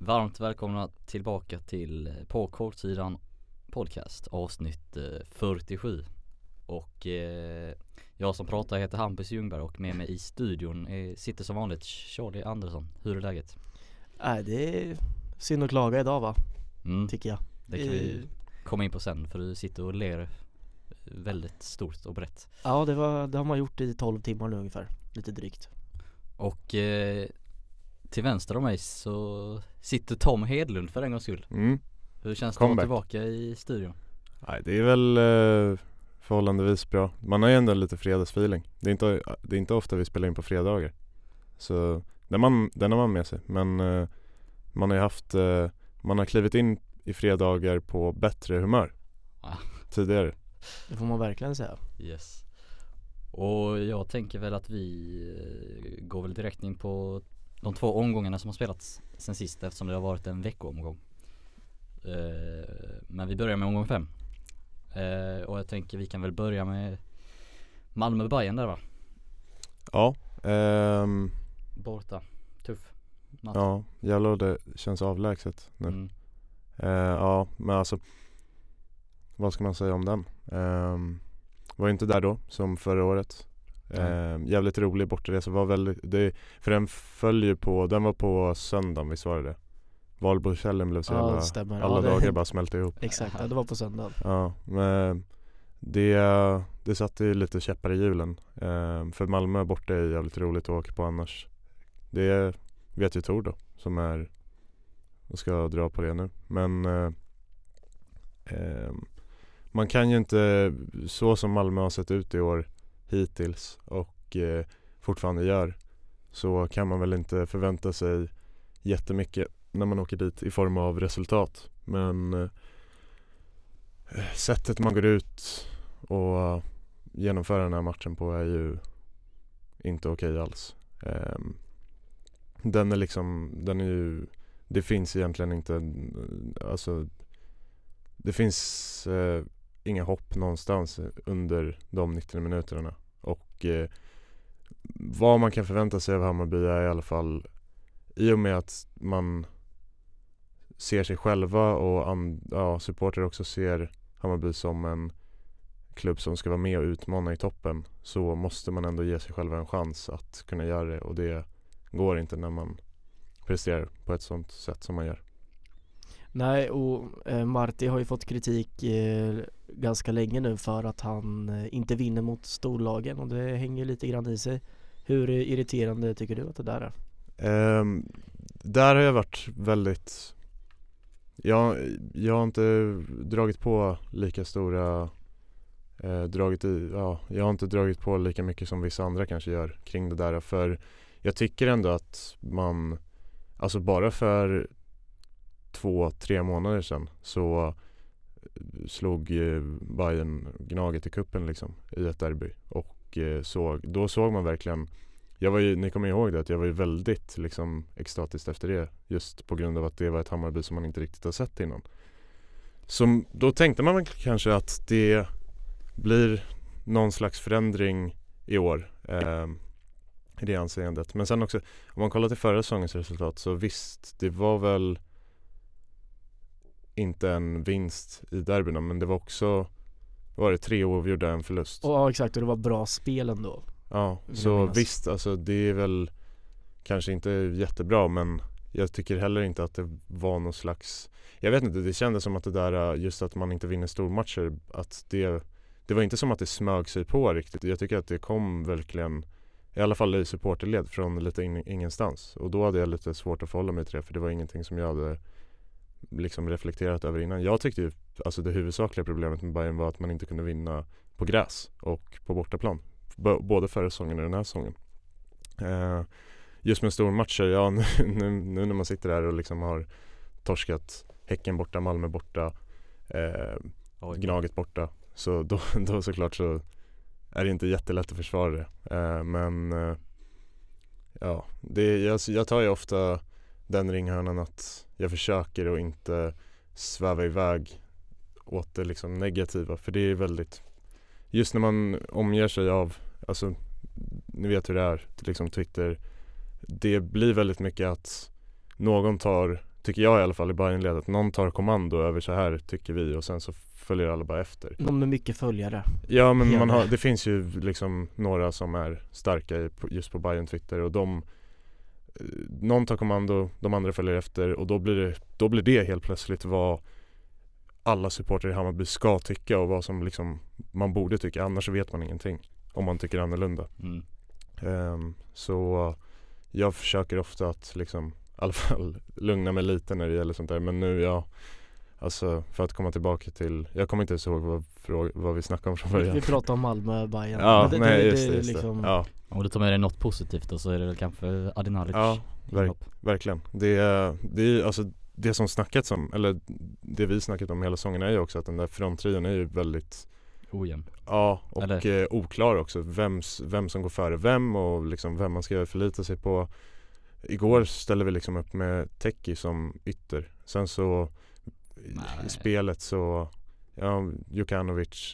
Varmt välkomna tillbaka till På kortsidan podcast avsnitt 47. Och jag som pratar heter Hampus Ljungberg och med mig i studion sitter som vanligt Charlie Andersson. Hur är läget? Det är synd att klaga idag va? Tycker jag. Det kan vi komma in på sen, för du sitter och ler väldigt stort och brett. Ja, det har man gjort i 12 timmar nu ungefär, lite drygt. Och till vänster om mig så sitter Tom Hedlund för en gångs skull. Hur känns det att vara tillbaka i studion? Nej, det är väl förhållandevis bra. Man har ju ändå lite fredagsfeeling. Det är inte ofta vi spelar in på fredagar. Så den har man med sig. Men man har klivit in i fredagar på bättre humör tidigare. Det får man verkligen säga. Yes. Och jag tänker väl att vi går väl direkt in på de 2 omgångarna som har spelats sen sist, eftersom det har varit en veckoomgång. Men vi börjar med omgång 5. Och jag tänker vi kan väl börja med Malmö-Bayern där, va? Ja. Borta. Tuff match. Ja, jävlar, det känns avlägset nu. Ja, men alltså vad ska man säga om den? Var inte där då som förra året. Jävligt rolig bortaresa. För den följer på, den var på söndagen, vi svarade det. Valborgshelgen blev så jävla, alla dagar bara smälte ihop. Exakt, det var på söndagen. Ja, men det satte ju lite käppar i hjulen. För Malmö borta är jävligt roligt att åka på annars. Det vet ju Tor då, som är och ska dra på det nu. Men man kan ju inte, så som Malmö har sett ut i år hittills och fortfarande gör, så kan man väl inte förvänta sig jättemycket när man åker dit i form av resultat. Men sättet man går ut och genomför den här matchen på är ju inte okej alls. Det finns egentligen inte, alltså det finns inga hopp någonstans under de 90 minuterna. Och vad man kan förvänta sig av Hammarby är i alla fall, i och med att man ser sig själva och supporter också ser Hammarby som en klubb som ska vara med och utmana i toppen, så måste man ändå ge sig själva en chans att kunna göra det, och det går inte när man presterar på ett sånt sätt som man gör. Nej, och Marti har ju fått kritik ganska länge nu för att han inte vinner mot storlagen, och det hänger lite grann i sig. Hur irriterande tycker du att det där är? Där har jag varit väldigt... Jag har inte dragit på lika stora... jag har inte dragit på lika mycket som vissa andra kanske gör kring det där. För jag tycker ändå att man... Alltså bara för 2-3 månader sedan så slog Bayern Gnaget i kuppen liksom, i ett derby. Och då såg man verkligen... Ni kommer ihåg det, att jag var ju väldigt liksom extatisk efter det, just på grund av att det var ett Hammarby som man inte riktigt har sett innan. Så då tänkte man kanske att det blir någon slags förändring i år i det anseendet. Men sen också, om man kollar till förra säsongens resultat, så visst, det var väl inte en vinst i derbyna, men det var också, var det 3 oavgjorda, en förlust. Ja, exakt, och det var bra spel ändå. Ja, så visst, alltså det är väl kanske inte jättebra, men jag tycker heller inte att det var någon slags, jag vet inte, det kändes som att det där, just att man inte vinner stormatcher, att det var inte som att det smög sig på riktigt. Jag tycker att det kom verkligen, i alla fall i supporterled, från lite ingenstans, och då hade jag lite svårt att förhålla mig till det, för det var ingenting som jag hade liksom reflekterat över innan. Jag tyckte ju, alltså det huvudsakliga problemet med Bayern var att man inte kunde vinna på gräs och på bortaplan, både förra säsongen och den här säsongen. Just med stormatcher, ja, nu när man sitter där och liksom har torskat Häcken borta, Malmö borta, Gnaget borta, så då såklart så är det inte jättelätt att försvara det. Men ja, jag tar ju ofta den ringhörnan att jag försöker att inte sväva iväg åt det liksom negativa, för det är väldigt, just när man omger sig av, alltså ni vet hur det är, liksom Twitter, det blir väldigt mycket att någon tar tycker jag i alla fall i Bayernledet, någon tar kommando över så här tycker vi och sen så följer alla bara efter. Någon med mycket följare. Ja, men det finns ju liksom några som är starka just på Bayern Twitter och någon tar kommando, de andra följer efter och då blir det helt plötsligt vad alla supporter i Hammarby ska tycka och vad som liksom man borde tycka, annars så vet man ingenting om man tycker annorlunda. Så jag försöker ofta att liksom i alla fall lugna mig lite när det gäller sånt där, men nu alltså för att komma tillbaka till, jag kommer inte ens ihåg vad vi snackade om från början. Vi pratar om Malmö, Bayern. Ja, men nej, det just liksom... det. Ja. Om du tar med dig något positivt då så är det väl kanske Adi Nalic. Ja, verkligen. Det är alltså det som snackats om, eller det vi snackat om hela säsongen är ju också att den där fronttrion är ju väldigt ojämn. Ja, och oklar också. Vem som går före vem och liksom vem man ska förlita sig på. Igår ställde vi liksom upp med Teki som ytter. Sen så i spelet så Djukanovic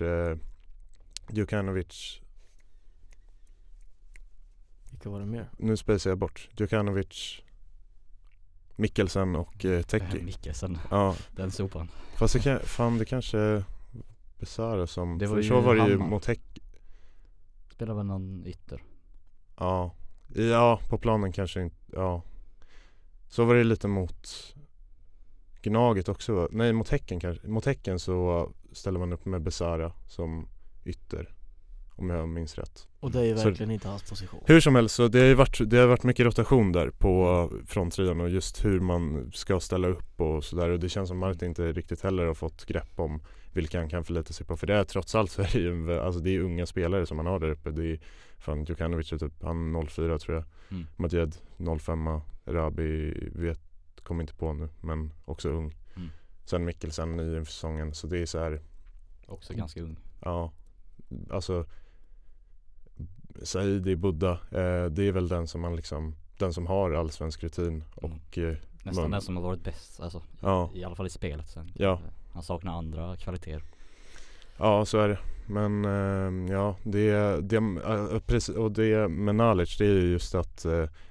Vilka var det mer? Nu spejsar jag bort. Djukanovic, Mikkelsen och Teki. Mikkelsen, ja. Den sopan. Fast det kanske Besara som det var för ju så var det ju Hammar. mot Häck. Spelar väl någon ytter? Ja, på planen kanske inte. Ja. Så var det lite mot Gnaget också. Nej, mot Häcken kanske. Mot Häcken så ställer man upp med Besara som ytter, om jag minns rätt. Och det är ju verkligen inte hans position. Hur som helst, så det har varit mycket rotation där på fronttrion och just hur man ska ställa upp och sådär. Och det känns som Martin inte riktigt heller har fått grepp om vilka han kan förlita sig på. För det är trots allt så är det ju, alltså det är unga spelare som man har där uppe. Det är fan Djukanovic typ, han 04 tror jag. Madjed 05, Rabi kommer inte på nu, men också ung. Sen Mikkelsen i säsongen, så det är så här. Också ganska ung. Ja, alltså Saidi Buddha, det är väl den som man liksom, den som har allsvensk rutin och nästan den som har varit bäst, alltså i alla fall i spelet sen. Ja. Han saknar andra kvaliteter. Ja, så är det. Men precis, och det med Nalic, det är ju just att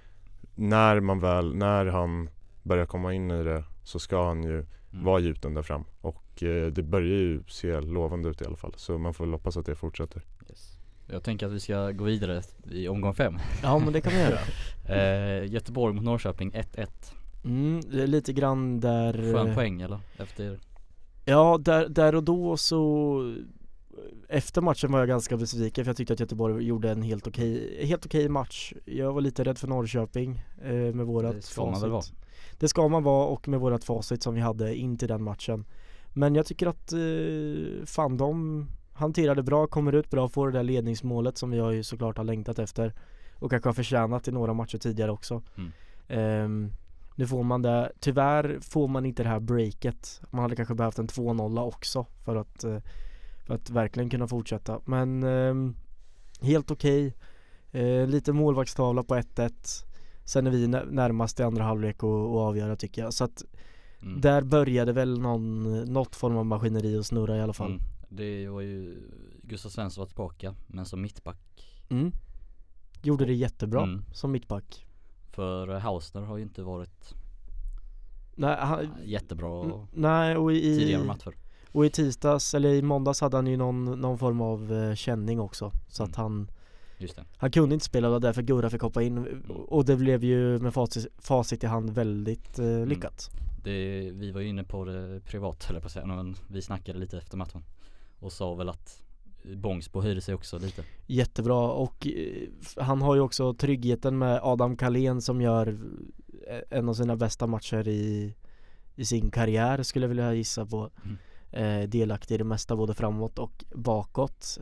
när han börjar komma in i det så ska han ju vara gjuten där fram. Och det börjar ju se lovande ut i alla fall. Så man får väl hoppas att det fortsätter. Yes. Jag tänker att vi ska gå vidare i omgång 5. Ja, men det kan vi göra. Göteborg mot Norrköping 1-1. Det är lite grann där. Skön poäng eller? Efter. Ja, där och då så efter matchen var jag ganska besviken för jag tyckte att Göteborg gjorde en helt okej match. Jag var lite rädd för Norrköping med vårat det ska facit. Man väl vara. Det ska man vara, och med vårat facit som vi hade in till den matchen. Men jag tycker att de hanterade bra, kommer ut bra, får det där ledningsmålet som jag ju såklart har längtat efter och kanske har förtjänat i några matcher tidigare också. Nu får man det. Tyvärr får man inte det här breaket. Man hade kanske behövt en 2-0 också för att verkligen kunna fortsätta. Men helt okej. Lite målvaktstavla på 1-1. Sen är vi närmast i andra halvlek och avgöra, tycker jag. Så att där började väl något form av maskineri att snurra i alla fall. Det var ju Gustav Svensson var tillbaka, men som mittback. Gjorde det jättebra som mittback. För Hausner har ju inte varit jättebra och tidigare matcher. Och i tisdags, eller i måndags, hade han ju någon form av känning också. Så att han kunde inte spela, och därför Gurra fick hoppa in. Och det blev ju med facit i hand väldigt lyckat. Vi var ju inne på det privat, eller på att säga, men vi snackade lite efter matchen och sa väl att Bångsbo höjde sig också lite. Jättebra, och han har ju också tryggheten med Adam Kalén som gör en av sina bästa matcher i sin karriär, skulle jag vilja gissa på. Delaktig i det mesta, både framåt och bakåt.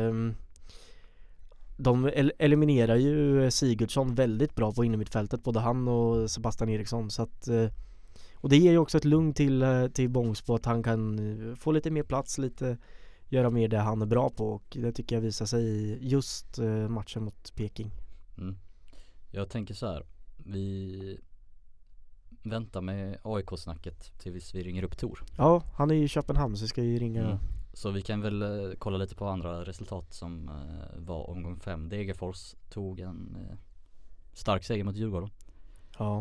De eliminerar ju Sigurdsson väldigt bra på innermittfältet, både han och Sebastian Eriksson. Så att, och det ger ju också ett lugn till Bångsbo, att han kan få lite mer plats, göra mer det han är bra på, och det tycker jag visar sig i just matchen mot Peking. Jag tänker så här, vi väntar med AIK-snacket tills vi ringer upp Tor. Ja, han är i Köpenhamn, så ska ju ringa. Så vi kan väl kolla lite på andra resultat som var omgång 5. Degerfors tog en stark seger mot Djurgården. Ja,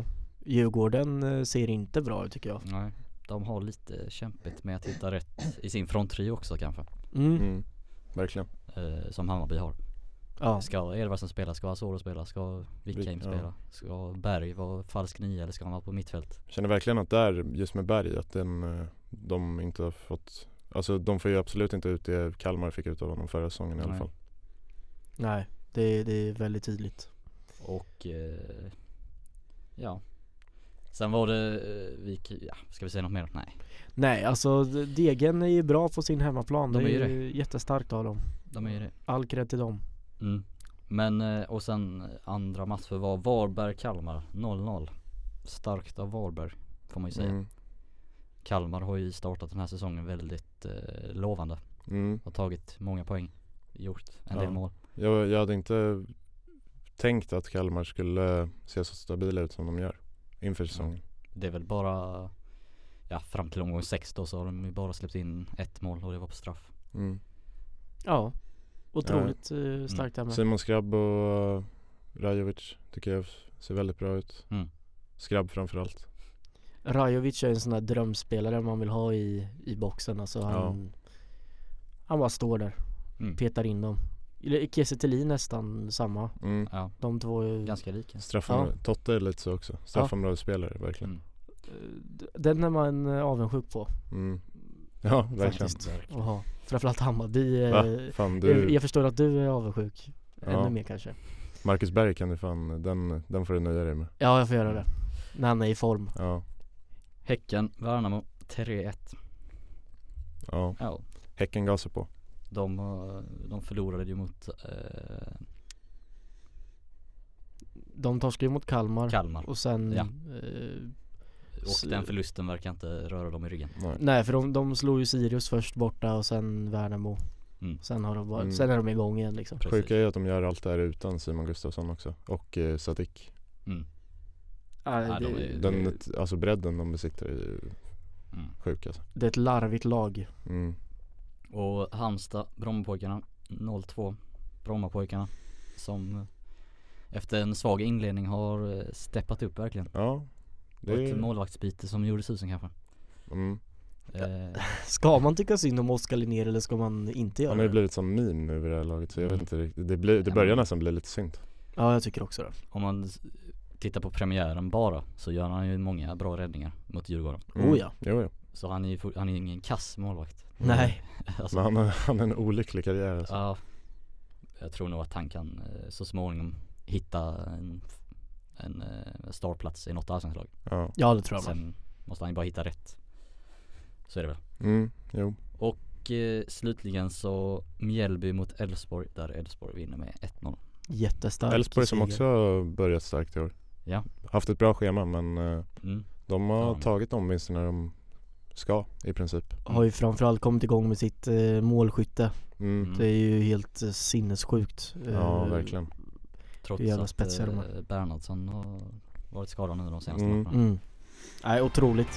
Djurgården ser inte bra ut tycker jag. Nej, de har lite kämpigt med att hitta rätt i sin fronttrio också kanske. Verkligen. Som Hammarby har. Ja. Ska Edvardsen spela, ska Asoro spela, ska Wikheim spela, ska Berg vara falsk 9 eller ska han vara på mittfält? Jag känner verkligen att där, just med Berg, att de inte har fått, alltså de får ju absolut inte ut det Kalmar fick ut av honom förra säsongen i alla fall. Nej, det är väldigt tydligt. Och ja. Sen var det ska vi säga något mer? Nej, alltså Degen är ju bra på sin hemmaplan. De det är är ju ju jättestarkt av dem. de är ju det. All cred till dem. Men och sen andra matcher var Varberg-Kalmar 0-0. Starkt av Varberg får man ju säga. Kalmar har ju startat den här säsongen väldigt lovande. Har tagit många poäng, gjort en del mål. Jag hade inte tänkt att Kalmar skulle se så stabila ut som de gör inför säsongen. Det är väl bara fram till omgång 6 då så har de ju bara släppt in ett mål och det var på straff. Ja, otroligt starkt där med. Simon Skrabb och Rajovic tycker jag ser väldigt bra ut. Skrabb framförallt. Rajovic är en sån där drömspelare man vill ha i boxen. Alltså han bara står där, petar in dem. Kiese Thelin nästan samma. De två är ganska lika. Totte är lite så också. Straffområdesspelare, verkligen. Den är man avundsjuk på. Ja, verkligen. Jaha. Framförallt Hammarby. Jag förstår att du är avundsjuk. Ännu mer kanske. Marcus Berg kan du fan, den får du nöja dig med. Ja, jag får göra det. När han är i form. Ja. Häcken, Värnamo 3-1. Ja. Häcken gasar på. De förlorade ju mot de torskade ju mot Kalmar. Och sen och den förlusten verkar inte röra dem i ryggen. Nej, för de slog ju Sirius först borta och sen Värnamo. Sen har de bara, sen är de igång igen liksom. Sjuka är att de gör allt det här utan Simon Gustafsson också. Och Sadik. Alltså bredden de besitter är ju sjuk alltså. Det är ett larvigt lag. Och Halmstad, Brommapojkarna 0-2. Brommapojkarna som efter en svag inledning har steppat upp verkligen. Ja. Det är ett målvaktsbyte som gjorde susen kanske. Ska man tycka synd om Oskar Linnér eller ska man inte göra det? Han har ju blivit som meme över det här laget så jag vet inte riktigt. Det börjar nästan bli lite synd. Ja, jag tycker också det. Om man tittar på premiären bara så gör han ju många bra räddningar mot Djurgården. Jo. Så han är ingen kass målvakt. Nej. Alltså, men han är en olycklig karriär alltså. Ja. Jag tror nog att han kan så småningom hitta en startplats i något allsvenskt lag. Ja, det tror jag. Sen måste han ju bara hitta rätt. Så är det väl. Jo. Och slutligen så Mjällby mot Elfsborg där Elfsborg vinner med 1-0. Jättestarkt. Elfsborg som också har börjat starkt i år. Ja. Haft ett bra schema men de har tagit de vinsterna de ska i princip. Har ju framförallt kommit igång med sitt målskytte. Det är ju helt sinnessjukt. Ja, verkligen. Trots att Bernhardsson har varit skadad nu de senaste matcherna. Nej, otroligt.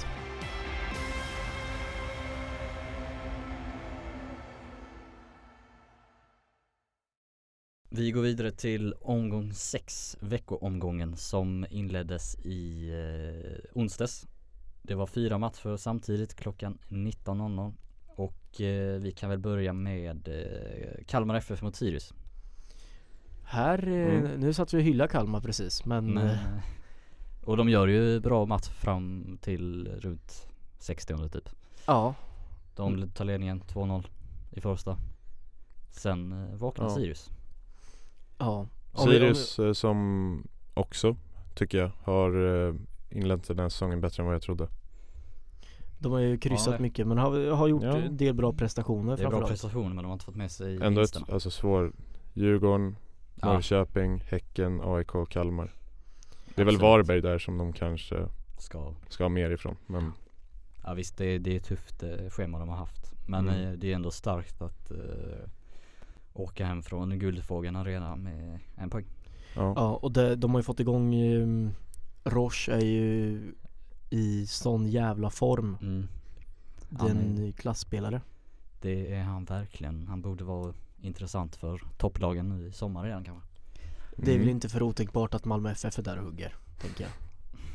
Vi går vidare till omgång 6, veckoomgången som inleddes i onsdags. Det var 4 matcher samtidigt klockan 19.00 och vi kan väl börja med Kalmar FF mot Sirius. Här, nu satt vi och hylla Kalmar precis, men och de gör ju bra match fram till runt 60 typ. Ja. De tar ledningen 2-0 i första. Sen vaknar Sirius. Ja. Sirius som också tycker jag har inlett den här säsongen bättre än vad jag trodde. De har ju kryssat mycket men har gjort en del bra prestationer. Det är bra prestationer men de har inte fått med sig ändå alltså svår Djurgården, Norrköping, Häcken, AIK och Kalmar. Det är väl Varberg där som de kanske ska ha mer ifrån. Men ja visst, det är ett tufft schema de har haft. Men det är ändå starkt att åka hem från Guldfågeln Arena med en poäng. Ja, och de har ju fått igång Roche är ju i sån jävla form. Den klassspelare. Det är han verkligen. Han borde vara intressant för topplagen nu i sommar redan kanske. Det är väl inte för otänkbart att Malmö FF är där och hugger, tänker jag.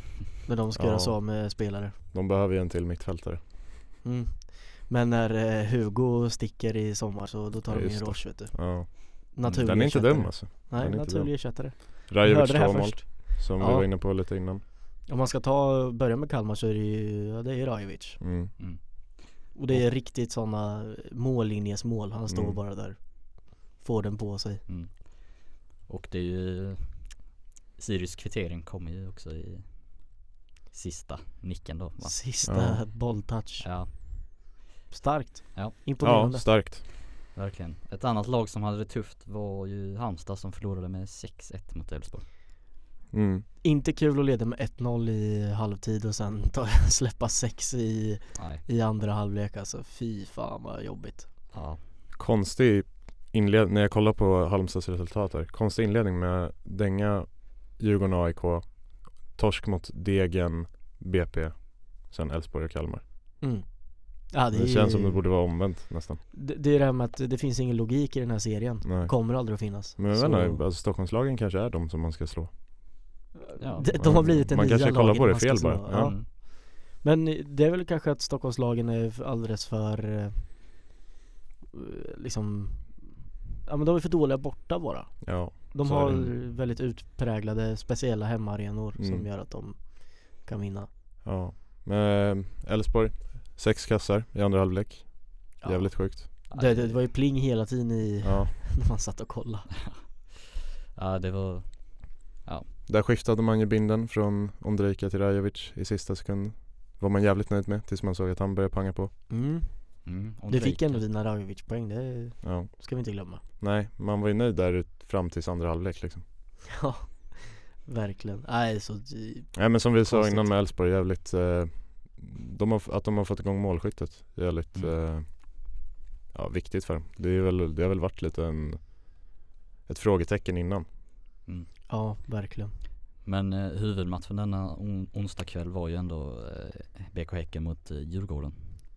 när de ska göra så med spelare. De behöver ju en till mittfältare. Men när Hugo sticker i sommar så då tar de just in det. Roche, vet du. Ja. Naturlig Den är inte ersättare. dum alltså. Nej, Den är inte naturlig dum. ersättare. Rajovic Hörde det här 2 mål, först. som vi Ja. var inne på lite innan. Om man ska börja med Kalmar så är det ju det är Rajovic. Och det är riktigt sådana mållinjesmål. Han står bara där, får den på sig. Och det är ju Sirius kvittering kommer ju också i sista nicken då, va? Sista bolltouch. Ja. Starkt. Ja. Imponerande. Ja, starkt. Verkligen. Ett annat lag som hade det tufft var ju Halmstad som förlorade med 6-1 mot Elfsborg. Inte kul att leda med 1-0 i halvtid och sen släppa 6 i andra halvlek. Alltså fy fan vad jobbigt. Ja. Konstig inledning, när jag kollar på Halmstads resultat här. Konstig inledning med Dänga, Djurgården, AIK, torsk mot Degen, BP, sen Elfsborg och Kalmar. Ja, det känns som det borde vara omvänt nästan. Det är det här med att det finns ingen logik i den här serien. Nej. Kommer aldrig att finnas. Men jag vet inte, alltså Stockholmslagen kanske är de som man ska slå. Ja. De har blivit en man nya kanske kollar på det fel bara. Ja. Men det är väl kanske att Stockholmslagen är alldeles för liksom, ja men de är för dåliga borta bara. Ja. De har väldigt utpräglade speciella hemmaarenor som gör att de kan vinna. Ja. Men Elfsborg 6 kassar i andra halvlek. Jävligt sjukt. Det var ju pling hela tiden när man satt och kollade. Ja, det var Där skiftade man ju binden från Ondrejka till Rajovic i sista sekund. Var man jävligt nöjd med tills man såg att han började panga på. Det fick ändå dina Rajovic-poäng, det ska vi inte glömma. Nej, man var ju nöjd där fram tills andra halvlek liksom. Ja, verkligen. Nej, men som vi sa innan med Elfsborg, jävligt att de har fått igång målskyttet jävligt viktigt för dem. Det har väl varit lite ett frågetecken innan. Ja, verkligen. Men huvudmatchen denna onsdag kväll var ju ändå BK Häcken mot Djurgården.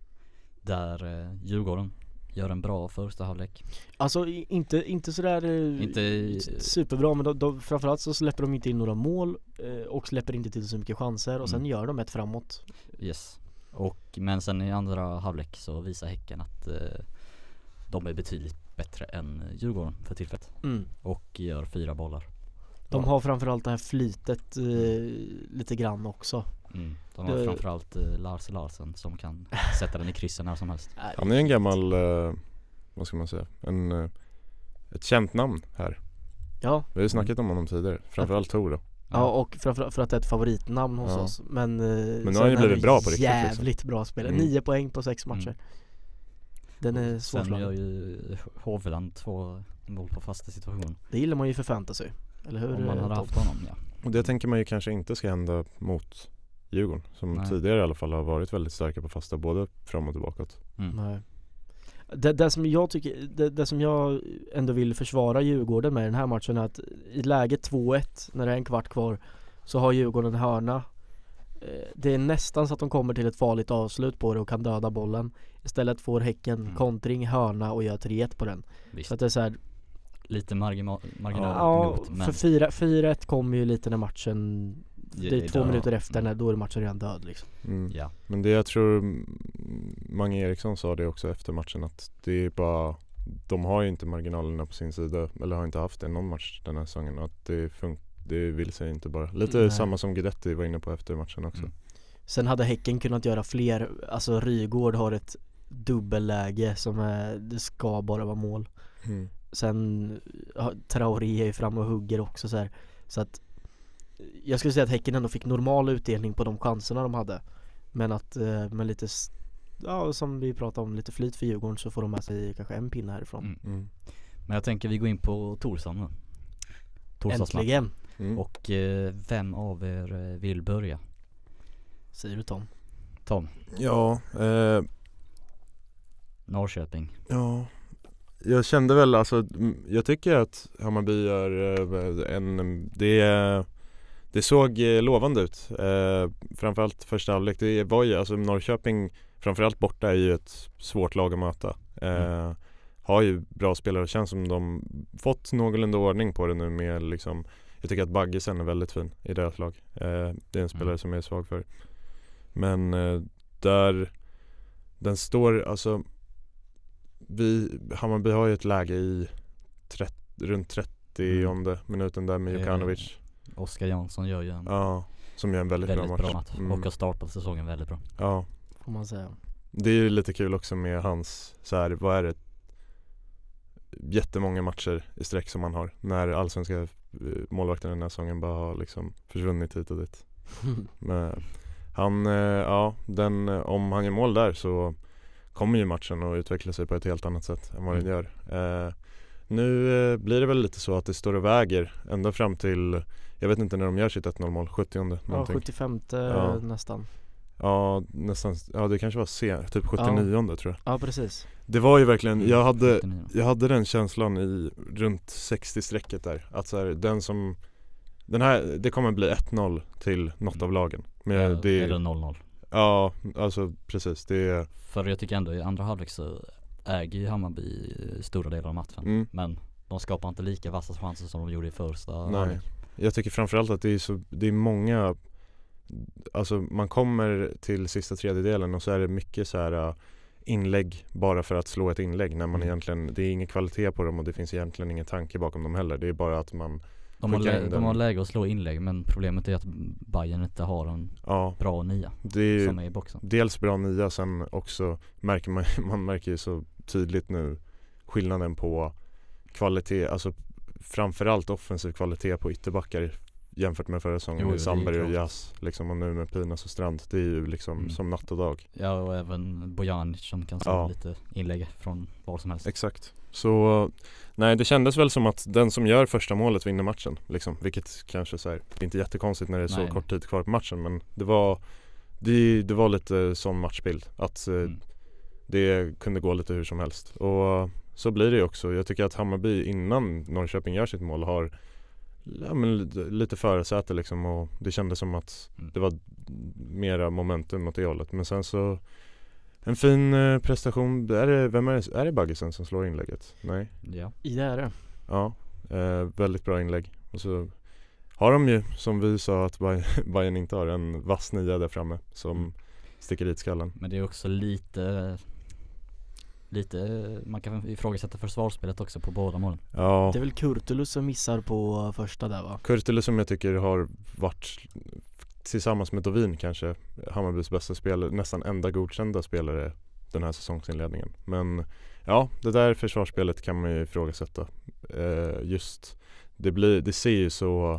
Där Djurgården gör en bra första halvlek. Alltså inte sådär superbra, men de framförallt så släpper de inte in några mål och släpper inte till så mycket chanser och sen gör de ett framåt. Yes. Men sen i andra halvlek så visar Häcken att de är betydligt bättre än Djurgården för tillfället. Och gör 4 bollar. De har framförallt det här flytet lite grann också. De har framförallt Lars Larsen som kan sätta den i kryssen när som helst. Han är en gammal, vad ska man säga, ett känt namn här. Ja. Vi har ju snackat om honom tidigare, framförallt Tor då. Ja, och för att det är ett favoritnamn hos oss. Men nu har han ju blivit bra på riktigt. Jävligt bra spelare. 9 poäng på 6 matcher. Den är svårslagen. Sen gör ju Hovland 2 mål på fasta situation. Det gillar man ju för fantasy. Eller hur? Om man hade haft honom, ja. Och det tänker man ju kanske inte ska hända mot Djurgården, som tidigare i alla fall har varit väldigt starka på fasta, både fram och tillbakåt. Nej. Det som jag tycker, det som jag ändå vill försvara Djurgården med den här matchen är att i läget 2-1 när det är en kvart kvar så har Djurgården en hörna. Det är nästan så att de kommer till ett farligt avslut på det och kan döda bollen. Istället får Häcken kontring, hörna och gör 3-1 på den. Visst. Så att det är så här, lite marginal emot, men för 4-1 kommer ju lite när matchen, det är 2 minuter efter när då är matchen redan död liksom. Ja. Men det jag tror Mange Eriksson sa det också efter matchen, att det är bara, de har ju inte marginalerna på sin sida, eller har inte haft det någon match den här säsongen, att det vill sig inte bara. Lite samma som Guidetti var inne på efter matchen också. Sen hade Häcken kunnat göra fler, alltså Rygård har ett dubbelläge som det ska bara vara mål. Sen Traoré är ju fram och hugger också så här. Så att jag skulle säga att Häcken ändå fick normal utdelning på de chanserna de hade. Men att med lite som vi pratade om, lite flyt för Djurgården, så får de med sig kanske en pinne härifrån. Men jag tänker vi går in på Torsson nu. Äntligen. Och vem av er vill börja? Säger du Tom? Ja, Norrköping. Ja, jag kände väl, alltså, jag tycker att Hammarby gör det såg lovande ut. Framförallt första halvlek. Det var ju, alltså Norrköping framförallt borta är ju ett svårt lag att möta. Har ju bra spelare, och känns som de fått någorlunda ordning på det nu med liksom, Jag tycker att Baggesen är väldigt fin i deras lag. Det är en spelare som jag är svag för. Men där den står, alltså Hammarby har ju ett läge i runt 30:e minuten där med Jokanovic. Oskar Jansson gör ju en som gör en väldigt bra match. Och har startat säsongen väldigt bra. Ja, får man säga. Det är ju lite kul också med hans, så här, vad är det? Jättemånga matcher i sträck som han har. När allsvenska målvakten den här säsongen bara har liksom försvunnit hit och dit. Men han, om han gör mål där så kommer ju matchen att utveckla sig på ett helt annat sätt än vad den gör. Nu blir det väl lite så att det står och väger ända fram till, jag vet inte när de gör sitt 1-0 mål, 70:e någonting. 75 nästan. Ja, nästan. Ja, det kanske var typ 79:e tror jag. Ja, precis. Det var ju verkligen, jag hade den känslan i runt 60-strecket där, att så här, det kommer bli 1-0 till något av lagen. Men eller 0-0. Ja, alltså precis. För jag tycker ändå i andra halvlek så äger ju Hammarby stora delar av matchen. Men de skapar inte lika vassa chanser som de gjorde i första halvlek. Jag tycker framförallt att det är många, alltså man kommer till sista tredjedelen och så är det mycket så här inlägg bara för att slå ett inlägg när man egentligen, det är ingen kvalitet på dem och det finns egentligen ingen tanke bakom dem heller. Det är bara att man de har läge att slå inlägg, men problemet är att Bayern inte har en bra nia som är i boxen. Dels bra nia, sen också man märker ju så tydligt nu skillnaden på kvalitet, alltså framförallt offensiv kvalitet på ytterbackar jämfört med förra säsongen med Sandberg och Jas liksom, och nu med Pinas och Strand. Det är ju liksom som natt och dag. Ja, och även Bojanic som kan slå lite inlägg från var som helst. Exakt. Så nej, det kändes väl som att den som gör första målet vinner matchen liksom, vilket kanske så här, det är inte jättekonstigt när det är så kort tid kvar på matchen, men det var lite sån matchbild att det kunde gå lite hur som helst. Och så blir det ju också. Jag tycker att Hammarby innan Norrköping gör sitt mål har lite förarsäte liksom, och det kändes som att det var mera momentum åt det hållet. Men sen så en fin prestation. Är det Baggesen som slår inlägget? Nej. Ja, det är det. Ja, väldigt bra inlägg. Och så har de ju, som vi sa, att Bayern inte har en vass nia där framme som sticker dit skallen. Men det är också lite man kan ifrågasätta försvarsspelet också på båda målen. Ja. Det är väl Kurtulus som missar på första där, va? Kurtulus som jag tycker har varit tillsammans med Dovin kanske Hammarbys bästa spelare, nästan enda godkända spelare den här säsongsinledningen. Men ja, det där försvarsspelet kan man ju ifrågasätta. Just det ser ju så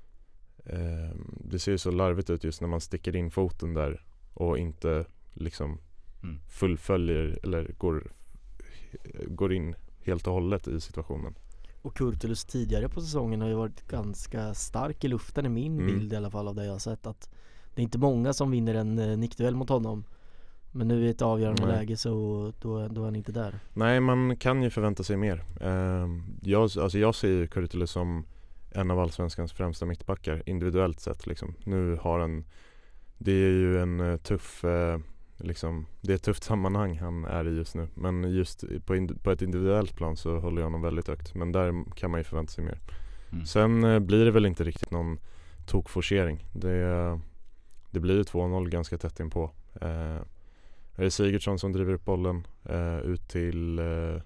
larvigt ut just när man sticker in foten där och inte liksom fullföljer eller går in helt och hållet i situationen. Och Kurtulus tidigare på säsongen har ju varit ganska stark i luften i min bild i alla fall av det jag har sett, att det är inte många som vinner en nickduell mot honom. Men nu i ett avgörande läge så då är han inte där. Nej, man kan ju förvänta sig mer. Jag ser ju Kurtulus som en av allsvenskans främsta mittbackar individuellt sett liksom. Nu har det är ju en tuff liksom, det är ett tufft sammanhang han är i just nu. Men just på ett individuellt plan så håller jag honom väldigt högt. Men där kan man ju förvänta sig mer. Sen blir det väl inte riktigt någon tokforcering. Det blir ju 2-0 ganska tätt inpå. Är det Sigurdsson som driver upp bollen ut till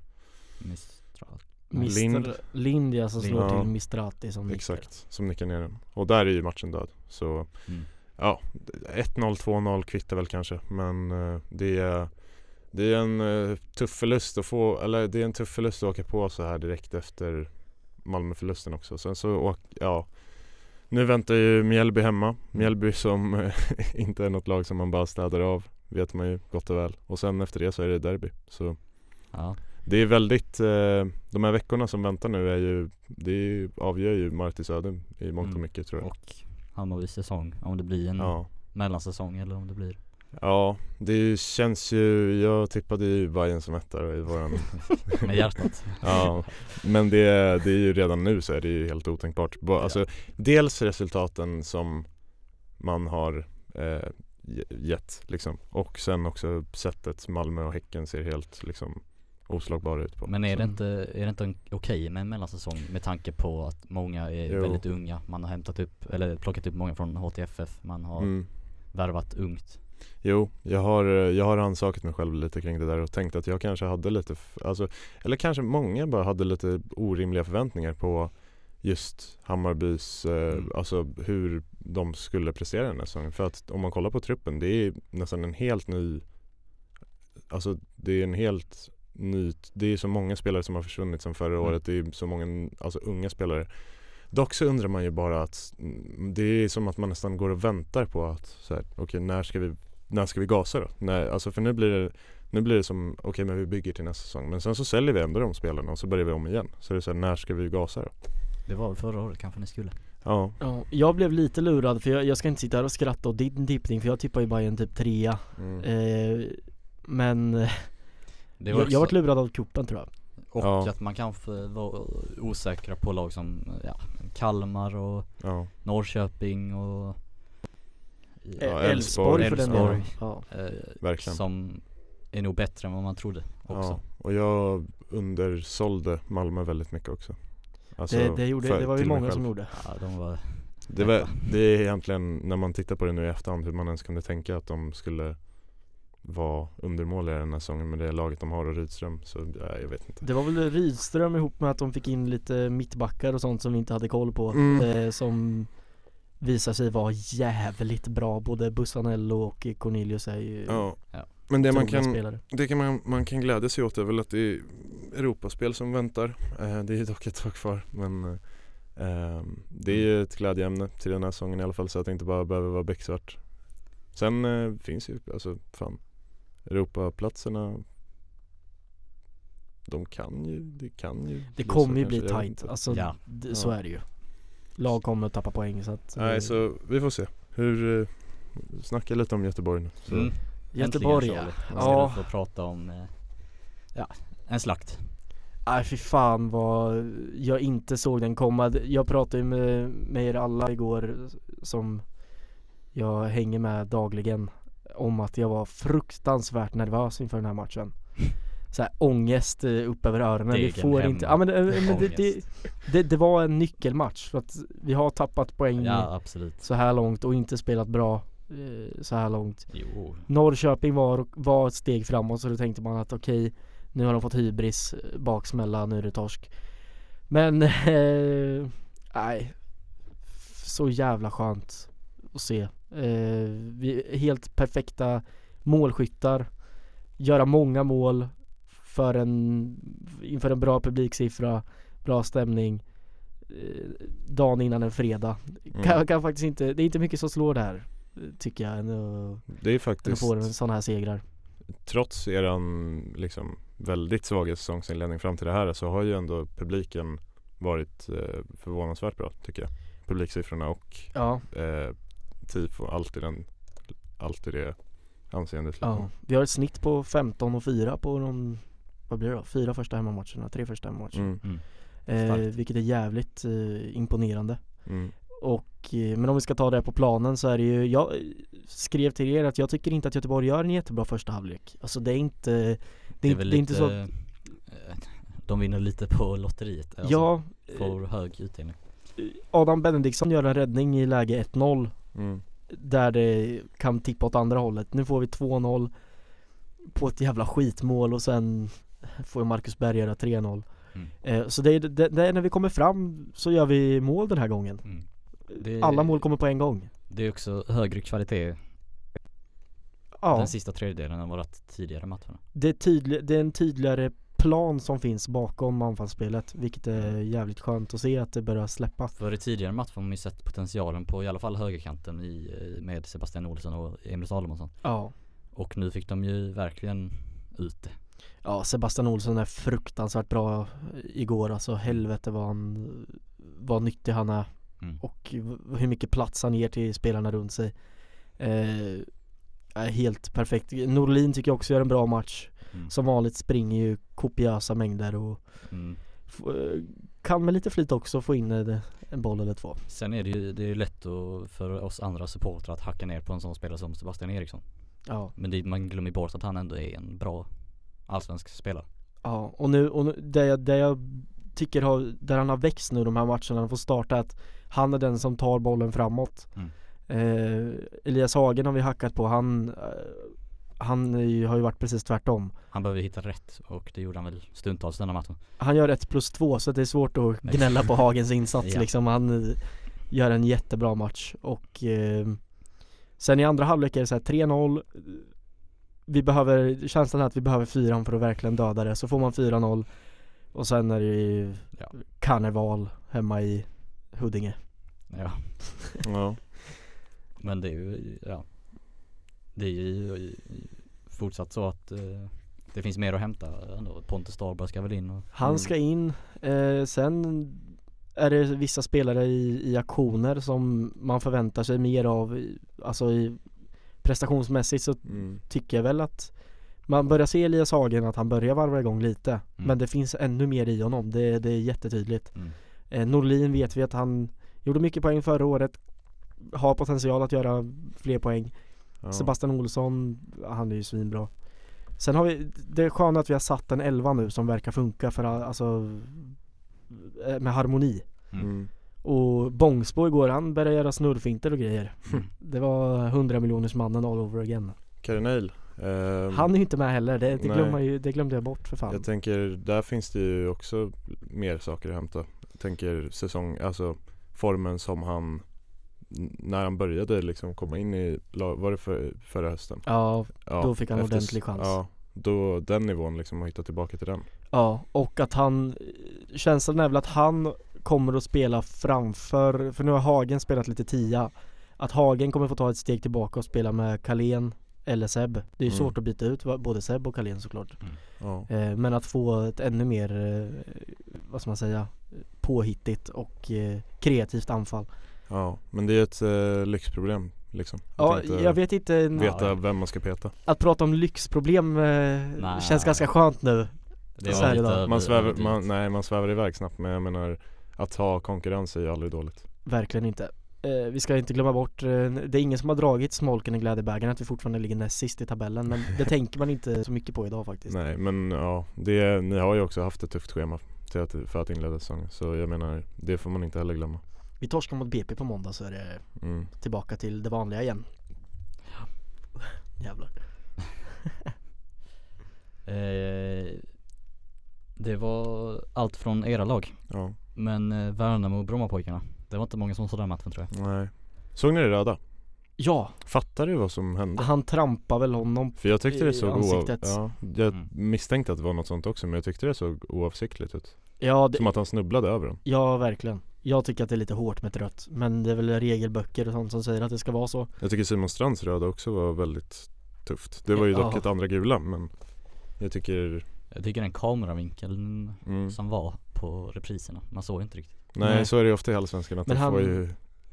Lind, ja, som slår till Mistrati som exakt, som nickar ner den. Och där är ju matchen död. Så ja, 1-0, 2-0 kvittar väl kanske. Men det är en tuff förlust att få, eller det är en tuff förlust att åka på så här direkt efter Malmö-förlusten också. Sen så, nu väntar ju Mjällby hemma. Mjällby som inte är något lag som man bara städar av, vet man ju gott och väl. Och sen efter det så är det derby. Så det är väldigt, de här veckorna som väntar nu avgör ju Martis öde i mångt och mycket, tror jag. Och Hammarbys säsong, om det blir en mellansäsong eller om det blir. Ja, det känns ju, jag tippade ju Bayern som etta i våran med hjärtat. Ja, men det är ju redan nu så är det ju helt otänkbart. Alltså, dels resultaten som man har gett liksom, och sen också sättet Malmö och Häcken ser helt liksom oslagbara ut på. Men är det inte okej med en mellansäsong med tanke på att många är väldigt unga? Man har plockat upp många från HTFF. Man har värvat ungt. Jo, jag har ansökt mig själv lite kring det där och tänkt att jag kanske hade lite eller kanske många bara hade lite orimliga förväntningar på just Hammarbys alltså hur de skulle prestera den här säsongen. För att om man kollar på truppen, det är nästan en helt ny, alltså det är en helt ny, det är så många spelare som har försvunnit sedan förra året, det är så många unga spelare. Dock så undrar man ju bara att det är som att man nästan går och väntar på att så här, okej, när ska vi gasa då? Alltså för nu blir det som okej, men vi bygger till nästa säsong, men sen så säljer vi ändå de spelarna och så börjar vi om igen. Så det är så här, när ska vi gasa då? Det var väl förra året kanske ni skulle. Ja, jag blev lite lurad för jag ska inte sitta här och skratta åt din tippning, för jag tippar ju bara en typ 3. Men jag har varit lurad av kuppen, tror jag. Och att man kanske var osäkra på lag som Kalmar och Norrköping och Elfsborg för den delen. Verkligen. Som är nog bättre än vad man trodde också. Ja, och jag undersålde Malmö väldigt mycket också. Alltså, det var ju många som gjorde. Ja, det är egentligen, när man tittar på det nu i efterhand, hur man ens kunde tänka att de skulle vara undermåliga den här säsongen med det laget de har och Rydström, så jag vet inte. Det var väl Rydström ihop med att de fick in lite mittbackar och sånt som vi inte hade koll på, som visar sig vara jävligt bra. Både Bussanello och Cornelius är ju men det man kan glädja sig åt är väl att det är Europaspel som väntar. Det är dock ett tag kvar, men det är ju ett glädjeämne till den här säsongen i alla fall, så att det inte bara behöver vara becksvart. Sen finns ju, alltså Europaplatserna, det kommer ju bli tajt, alltså så är det ju. Lag kommer att tappa poäng, så att så vi får se. Hur snacka lite om Göteborg nu. Så. Göteborg, ja. Få prata om en slakt. Nej, fy fan vad jag inte såg den komma. Jag pratade ju med er alla igår, som jag hänger med dagligen, om att jag var fruktansvärt nervös inför den här matchen. Så här, ångest upp över öronen. Det får inte. Ja, men det var en nyckelmatch, för att vi har tappat poäng så här långt och inte spelat bra så här långt. Jo. Norrköping var ett steg framåt, så då tänkte man att okej, nu har de fått hybris, baksmälla, nu är det torsk. Men nej, så jävla skönt att se. Vi är helt perfekta målskyttar, göra många mål inför en bra publiksiffra, bra stämning dagen innan en fredag. Kan faktiskt inte, det är inte mycket som slår där, tycker jag, det är faktiskt, får en sån här segrar. Trots eran liksom väldigt svaga säsongsinledning fram till det här, så har ju ändå publiken varit förvånansvärt bra, tycker jag. Publiksiffrorna och tifo, alltid det anseendet. Ja, vi har ett snitt på 15-4 på de, vad blir det då? 4 första hemmamatcherna, 3 första hemmamatcherna. Vilket är jävligt imponerande. Men om vi ska ta det på planen, så är det ju, jag skrev till er att jag tycker inte att Göteborg gör en jättebra första halvlek. Alltså det är inte inte så. De vinner lite på lotteriet. Alltså, får hög utdelning. Adam Benediktsson gör en räddning i läge 1-0 där det kan tippa åt andra hållet. Nu får vi 2-0 på ett jävla skitmål, och sen får Marcus Berg göra 3-0. Så det är när vi kommer fram så gör vi mål den här gången. Alla mål kommer på en gång. Det är också högre kvalitet den sista tredjedelen än vårat tidigare matcherna. Det är en tydligare plan som finns bakom anfallsspelet, vilket är jävligt skönt att se att det börjar släppa. För i tidigare matcher har man ju sett potentialen på i alla fall högerkanten med Sebastian Olsson och Emil Salomonsson. Ja. Och nu fick de ju verkligen ut det. Ja, Sebastian Olsson är fruktansvärt bra igår. Alltså helvete vad nyttig han är. Och hur mycket plats han ger till spelarna runt sig. Är helt perfekt. Norlin tycker jag också gör en bra match. Som vanligt springer ju kopiösa mängder och kan med lite flit också få in en boll eller två. Sen är det är ju lätt för oss andra supportrar att hacka ner på en sån spelare som Sebastian Eriksson. Ja. Men man glömmer bort att han ändå är en bra allsvensk spelare. Ja, och nu det jag tycker där han har växt nu de här matcherna, han får starta, att han är den som tar bollen framåt. Elias Hagen har vi hackat på, han har ju varit precis tvärtom. Han behöver hitta rätt, och det gjorde han väl stundtals den här matchen. Han gör 1+2, så det är svårt att gnälla på Hagens insats. Liksom. Han gör en jättebra match. Och sen i andra halvlek är det så här 3-0. Känslan är att vi behöver 4 för att verkligen döda det. Så får man 4-0, och sen är det ju karneval hemma i Huddinge. Ja. Men det är ju det är ju fortsatt så att det finns mer att hämta ändå. Pontus Dahlberg ska väl in och han ska in. Sen är det vissa spelare i aktioner som man förväntar sig mer av. Alltså prestationsmässigt så tycker jag väl att man börjar se Elias Hagen, att han börjar varva igång lite. Men det finns ännu mer i honom. Det är jättetydligt. Norlin vet vi att han gjorde mycket poäng förra året. Har potential att göra fler poäng. Sebastian Olsson, han är ju svinbra. Sen har vi, det är skönt att vi har satt en 11 nu som verkar funka för, alltså, med harmoni. Och Bångsbo igår, han började göra snurrfinter och grejer. Det var 100 miljoners mannen all over again. Karenail. Han är ju inte med heller, det glömde jag bort för fan. Jag tänker, där finns det ju också mer saker att hämta. Jag tänker alltså formen som han, när han började liksom komma in i, var det förra hösten? Ja, då fick han ordentlig chans. Ja, då den nivån liksom, har hittat tillbaka till den. Ja, och att känslan är väl att han kommer att spela framför, för nu har Hagen spelat lite 10, att Hagen kommer få ta ett steg tillbaka och spela med Carlén eller Seb. Det är ju svårt att byta ut både Seb och Carlén såklart. Men att få ett ännu mer, vad ska man säga, påhittigt och kreativt anfall. Ja, men det är ett lyxproblem liksom. Jag vet inte veta vem man ska peta. Att prata om lyxproblem känns ganska skönt nu. Man svävar iväg snabbt, men jag menar, att ha konkurrens är ju aldrig dåligt. Verkligen inte. Vi ska inte glömma bort, det är ingen som har dragit smolken i glädjebägaren att vi fortfarande ligger näst sist i tabellen, men det tänker man inte så mycket på idag faktiskt. Nej, men ni har ju också haft ett tufft schema för att inleda säsongen, så jag menar, det får man inte heller glömma. Vi torskar mot BP på måndag, så är det tillbaka till det vanliga igen. Jävlar. Det var allt från era lag. Ja. Men Värnamo och Brommapojkarna, det var inte många som såg den matchen, tror jag. Nej. Såg ni det röda? Ja. Fattar du vad som hände? Han trampade väl honom. För jag tyckte det såg ansiktet. Jag misstänkte att det var något sånt också, men jag tyckte det såg oavsiktligt ut. Ja, som att han snubblade över den. Ja, verkligen. Jag tycker att det är lite hårt med ett rött, men det är väl regelböcker och sånt som säger att det ska vara så. Jag tycker Simon Strands röda också var väldigt tufft. Det var ju dock ett andra gula, men jag tycker den kameravinkeln som var på repriserna, man såg inte riktigt. Nej, så är det ju ofta i Allsvenskan, att det får ju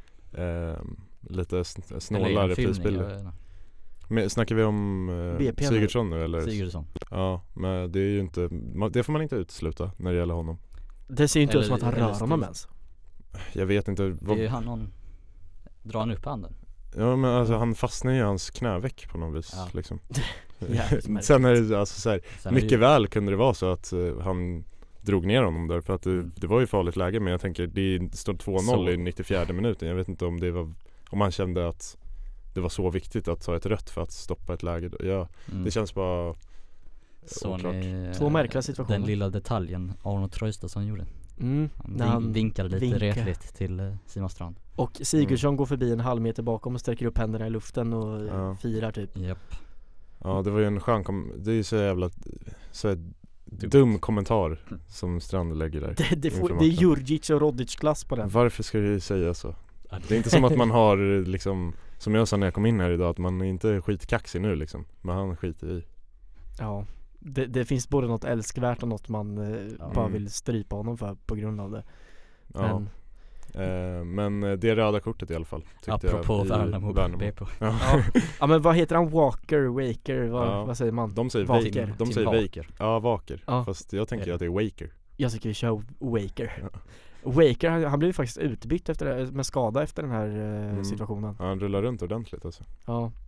lite snåla reprisbilder. Men snackar vi om Sigurdsson nu eller? Sigurdsson. Ja, men det är ju inte, det får man inte utsluta när det gäller honom. Det ser ju inte ut som att han rör honom ens. Jag vet inte. Det är ju drar han upp handen. Ja, men alltså han fastnar i hans knäveck på något vis liksom. Sen är det alltså så här, mycket väl kunde det vara så att han drog ner honom där, för att det var ju farligt läge, men jag tänker det står 2-0 i 94:e minuten. Jag vet inte om han kände att det var så viktigt att ta ett rött för att stoppa ett läge. Ja, det känns bara oklart. Två märkliga situationer. Den lilla detaljen Arnold Traustason gjorde. Han vinkade lite retligt till Simon Strand. Och Sigurdsson går förbi en halv meter bakom och sträcker upp händerna i luften och firar typ. Japp. Ja, det var ju en skön det är ju så jävla dum kommentar som Strand lägger där. Det är Jurgic och Rodic-klass på den. Varför ska du säga så? Det är inte som att man har liksom, som jag sa när jag kom in här idag, att man är inte skitkaxig nu liksom, men han skiter i. Ja, det finns både något älskvärt och något man bara vill strypa honom för på grund av det. Men det röda kortet i alla fall, apropå Värnamo. Ja, men vad heter han? Waker? Vad säger man? De säger Waker. De säger Waker. Ja, Waker. Fast jag tänker att det är Waker. Jag tycker vi kör Waker. Waker, han blev faktiskt utbytt med skada efter den här situationen. Ja, han rullar runt ordentligt alltså. Ja.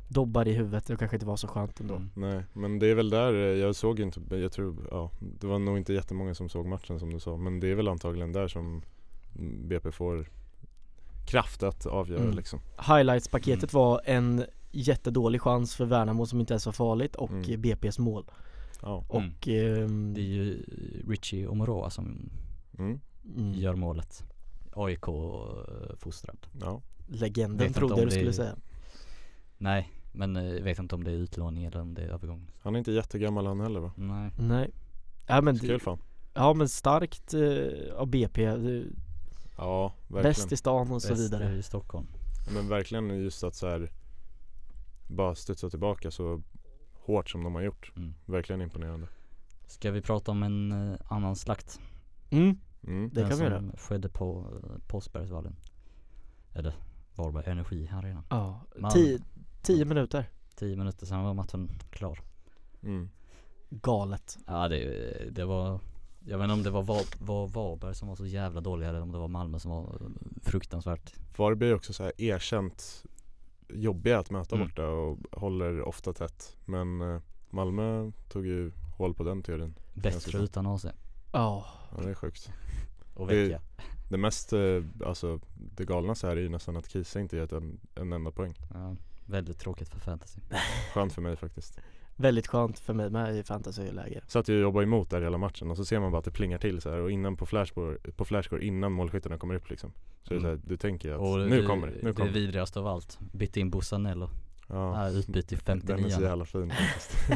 dobbar i huvudet. Det kanske inte var så skönt ändå. Nej, men det är väl där, jag såg inte, jag tror, det var nog inte jättemånga som såg matchen som du sa, men det är väl antagligen där som BP får kraft att avgöra liksom. Highlights-paketet var en jättedålig chans för Värnamo som inte är så farligt och BP's mål. Ja. Och det är ju Richie Omoroa som gör målet. AIK-fostrad. Ja. Legenden trodde du skulle säga. Nej, men jag vet inte om det är utlåning eller om det är övergång. Han är inte jättegammal han heller, va? Nej. Ja, men kul fan. Ja, men starkt av BP. Ja, verkligen. Bäst i stan och så vidare. Bäst i Stockholm. Men verkligen just att så här bara studsa tillbaka så hårt som de har gjort. Verkligen imponerande. Ska vi prata om en annan slakt? Det kan vi göra. Den som skedde på Påsbergsvallen. Eller Varberg Energi Arena. Ja, 10 minuter. 10 minuter sedan var matchen klar. Galet. Ja, det var... Jag vet inte om det var Varberg som var så jävla dåliga eller om det var Malmö som var fruktansvärt. Varberg är också så här erkänt jobbiga att möta borta och håller ofta tätt. Men Malmö tog ju håll på den teorin. Bättre utan AC. Ja, det är sjukt. Och vecka. Det mest, alltså det galnaste här är ju nästan att Kisa inte gett en enda poäng. Ja, väldigt tråkigt för fantasy. Skönt för mig faktiskt. Väldigt skönt för mig med i fantasyläger. Så att jag jobbar emot där hela matchen och så ser man bara att det plingar till så här och innan på flashscore innan målskyttarna kommer upp liksom. Så det är så här, du tänker att och nu kommer det. Det vidrigaste av allt. Bytte in Bussanello. Ja, utbyte i 59. Den är så jävla fin faktiskt.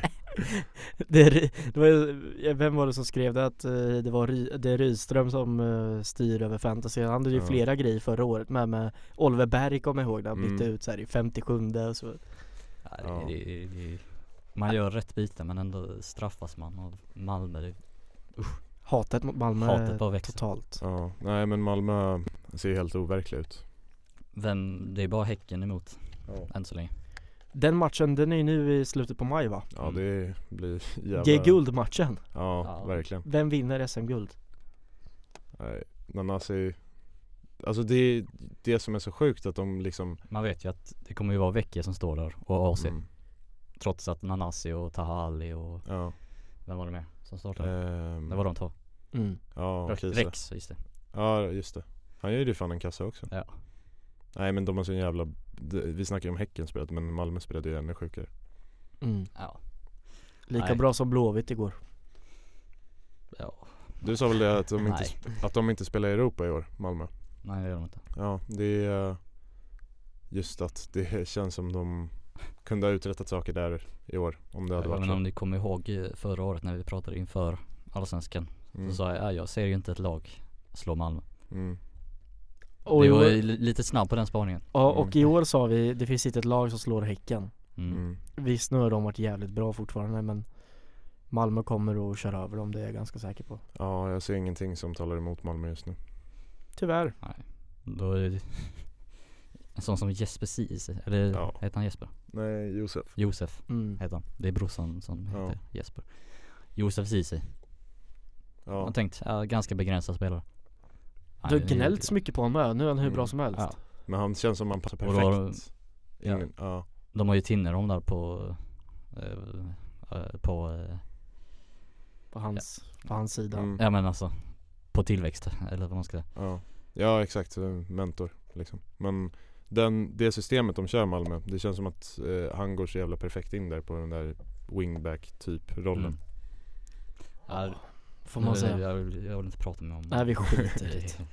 Vem var det som skrev det? Att det är Rydström som styr över fantasy. Han hade ju flera grejer förra året med Oliver Berg, kommer jag ihåg, där han bytte ut så här i 57 och så. Man gör rätt byte men ändå straffas man av Malmö. Hatet mot Malmö. Hatet bara växer totalt. Ja, nej men Malmö ser helt overklig ut. Det är bara Häcken emot än så länge. Den matchen, den är ju nu i slutet på maj, va? Ja, det blir jävla... G-guldmatchen. Ja, verkligen. Vem vinner SM-guld? Nej, Nanasi... Alltså det är det som är så sjukt att de liksom... Man vet ju att det kommer ju vara Vecchia som står där och AC. Trots att Nanasi och Taha Ali och... Ja. Vem var det mer som startade? Det var de två. Ja, Rex, just det. Ja, just det. Han gör ju fan en kassa också. Ja. Nej, men de har så en jävla... Vi snackar ju om Häcken spelet, men Malmö spelade ju ännu sjukare. Ja. Lika bra som Blåvitt igår. Ja. Du sa väl det att de inte spelar i Europa i år, Malmö? Nej, det gör de inte. Ja, det är just att det känns som de kunde ha uträttat saker där i år om det hade varit men så. om ni kommer ihåg förra året när vi pratade inför Allsvenskan så sa jag ser ju inte ett lag slå Malmö. Det var lite snabb på den spaningen. Ja, och i år sa vi det finns inte ett lag som slår Häcken. Visst, nu har de varit jävligt bra fortfarande, men Malmö kommer att köra över dem, det är jag ganska säker på. Ja, jag ser ingenting som talar emot Malmö just nu. Tyvärr. Nej, då är det en sån som Jesper Ceesay, eller heter han Jesper? Nej, Josef heter han. Det är brorsan som heter Jesper. Josef Ceesay. Jag har tänkt, ganska begränsad spelare. Du har gnällt så mycket på honom, nu är han hur bra som helst. Ja. Men han känns som han passar perfekt. De har ju Tinnerholm där på hans sida. Ja, men alltså på tillväxt eller vad man ska säga. Ja, exakt, mentor liksom. Men det systemet de kör Malmö, det känns som att han går så jävla perfekt in där på den där wingback typ rollen. Får man säga. Jag vill inte prata med om. Nej, vi skiter i det.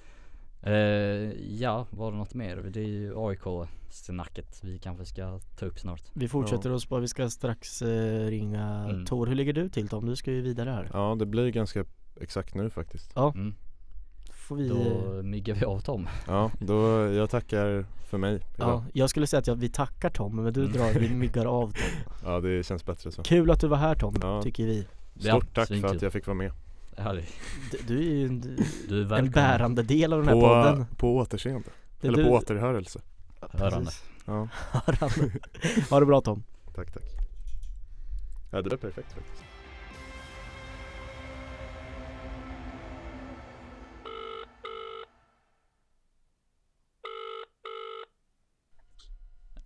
Ja, var det något mer? Det är ju AIK-snacket vi kanske ska ta upp snart. Vi fortsätter oss på, vi ska strax ringa Tor. Hur ligger du till, Tom? Du ska ju vidare här. Ja, det blir ganska exakt nu faktiskt. Ja. Får vi... Då myggar vi av Tom. Ja, jag tackar för mig idag. Ja, jag skulle säga att vi tackar Tom, men du vi myggar av Tom. Ja, det känns bättre så. Kul att du var här, Tom, tycker vi. Stort tack för att jag fick vara med. Du är ju en bärande del av den här podden. På återseende. Eller på återhörelse. Hörande. Ja. Hörande. Ha det bra, Tom. Tack. Ja, det är perfekt faktiskt.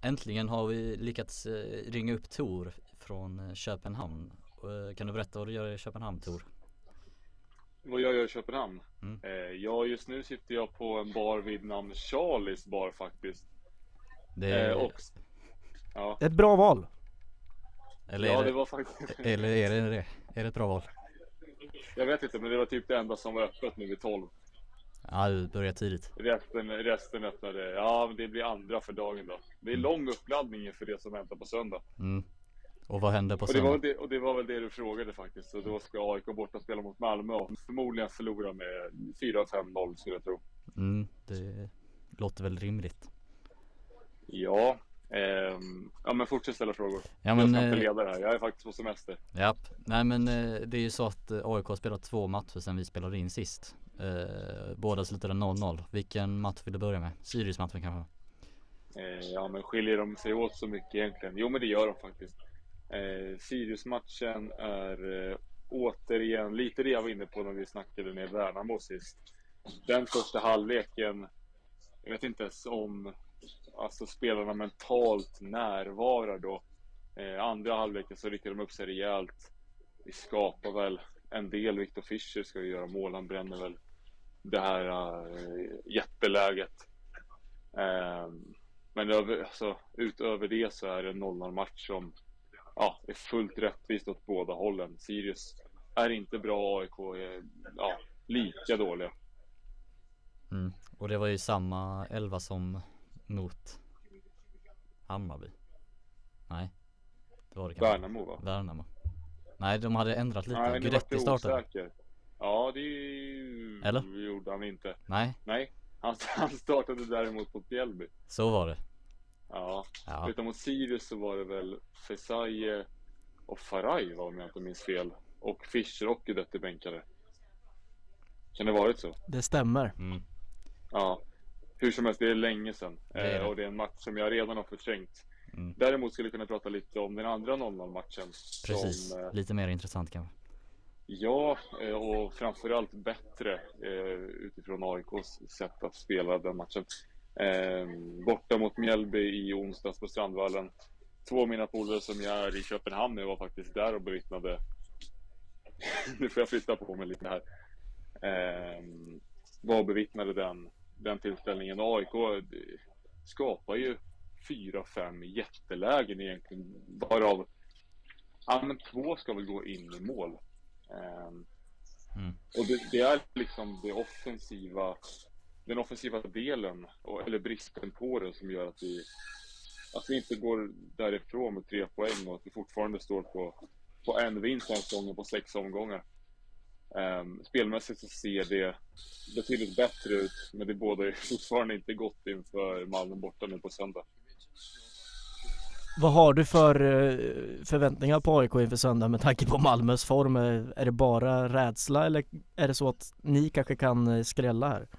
Äntligen har vi lyckats ringa upp Tor från Köpenhamn. Kan du berätta vad du gör i Köpenhamn, Tor? Vad jag gör i Köpenhamn? Mm. Ja, just nu sitter jag på en bar vid namn Charlies bar faktiskt. Det är, Och, ja. Ett bra val. eller Ja, är det det, var faktiskt. eller är det? Är det ett bra val? Jag vet inte, men det var typ det enda som var öppet nu vid 12. Ja, du börjar tidigt. Resten öppnade. Ja, men det blir andra för dagen då. Det är lång uppladdning för det som väntar på söndag. Mm. Och vad händer på Och söndag? det var väl det du frågade faktiskt. Så då ska AIK borta spela mot Malmö och förmodligen förlora med 4-5-0 skulle jag tro. Det låter väl rimligt. Ja, ja men fortsätt ställa frågor. Ja, men, jag ska inte leda det här, jag är faktiskt på semester. Japp. Nej, men det är ju så att AIK har spelat 2 matcher sedan vi spelade in sist. Båda slutade 0-0. Vilken match vill du börja med? Sirius-matchen kanske? Ja, men skiljer de sig åt så mycket egentligen? Jo, men det gör de faktiskt. Sirius-matchen är återigen lite det jag var inne på när vi snackade ner Värnamo sist. Den första halvleken, jag vet inte ens om alltså spelarna mentalt närvarar då. Andra halvleken så rycker de upp sig rejält. Vi skapar väl en del. Viktor Fischer ska ju göra mål, han bränner väl det här jätteläget. Men alltså, utöver det så är det en 0-0-match som är fullt rättvist åt båda hållen. Sirius är inte bra, AIK är lika dåliga. Och det var ju samma 11 som mot Hammarby. Nej, det var det kanske. Värnamo, va? Värnamo. Nej, de hade ändrat lite. Nej, Guidetti startade. Osäker. Ja, det Eller? gjorde han inte. Nej, han startade däremot mot Mjällby. så var det. Ja. Ja. Utan mot Sirius så var det väl Fesaie och Faraj, var om jag inte minns fel. Och Fischer och Guidetti bänkade. Kan det varit så? Det stämmer. Ja. Hur som helst, det är länge sedan. Det är det. Och det är en match som jag redan har förträngt. Mm. Däremot skulle vi kunna prata lite om den andra 0-0-matchen. Precis, Som, lite mer intressant kanske. ja, och framförallt bättre utifrån AIKs sätt att spela den matchen. Borta mot Mjällby i onsdags på Strandvallen. 2 av mina polare som jag är i Köpenhamn, jag var faktiskt där och bevittnade. Nu får jag flytta på mig lite här. Var bevittnade den tillställningen. AIK skapar ju 4-5 jättelägen egentligen, varav men 2 ska väl gå in i mål. Och det är liksom den offensiva delen eller bristen på det som gör att vi inte går därifrån med 3 poäng och att vi fortfarande står på en vinst den gången på 6 omgångar. Spelmässigt så ser det betydligt bättre ut, men det båda är fortfarande inte gott inför Malmö borta nu på söndag. Vad har du för förväntningar på AIK inför söndag med tanke på Malmös form? Är det bara rädsla eller är det så att ni kanske kan skrälla här?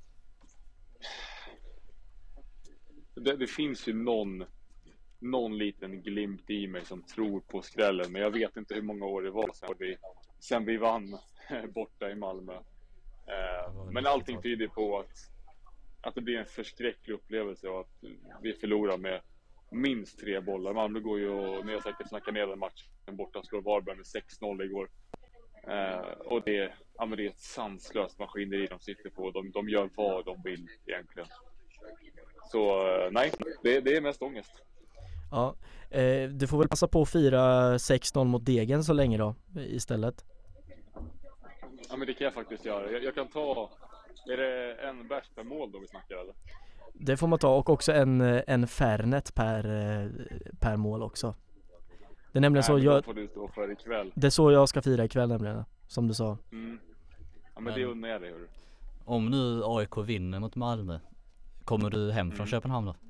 Det finns ju någon liten glimt i mig som tror på skrällen, men jag vet inte hur många år det var sen vi vann borta i Malmö. Men allting tyder på att det blir en förskräcklig upplevelse och att vi förlorar med minst 3 bollar. Malmö går ju, och ni har säkert snackat ner den matchen borta, slår Varberg med 6-0 igår. Och det är ett sanslöst maskineri de sitter på. De gör vad de vill egentligen. Så nej, det är mest ångest. Ja, du får väl passa på att fira 6-0 mot Degen så länge då istället. Ja, men det kan jag faktiskt göra. Jag kan ta, är det en bärs per mål då vi snackar eller? Det får man ta, och också en Fernet per mål också. Det är nämligen så jag får du stå för ikväll. Det är så jag ska fira ikväll nämligen, som du sa. Ja, men det undrar jag dig, hör. Om nu AIK vinner mot Malmö, kommer du hem från Köpenhamn då?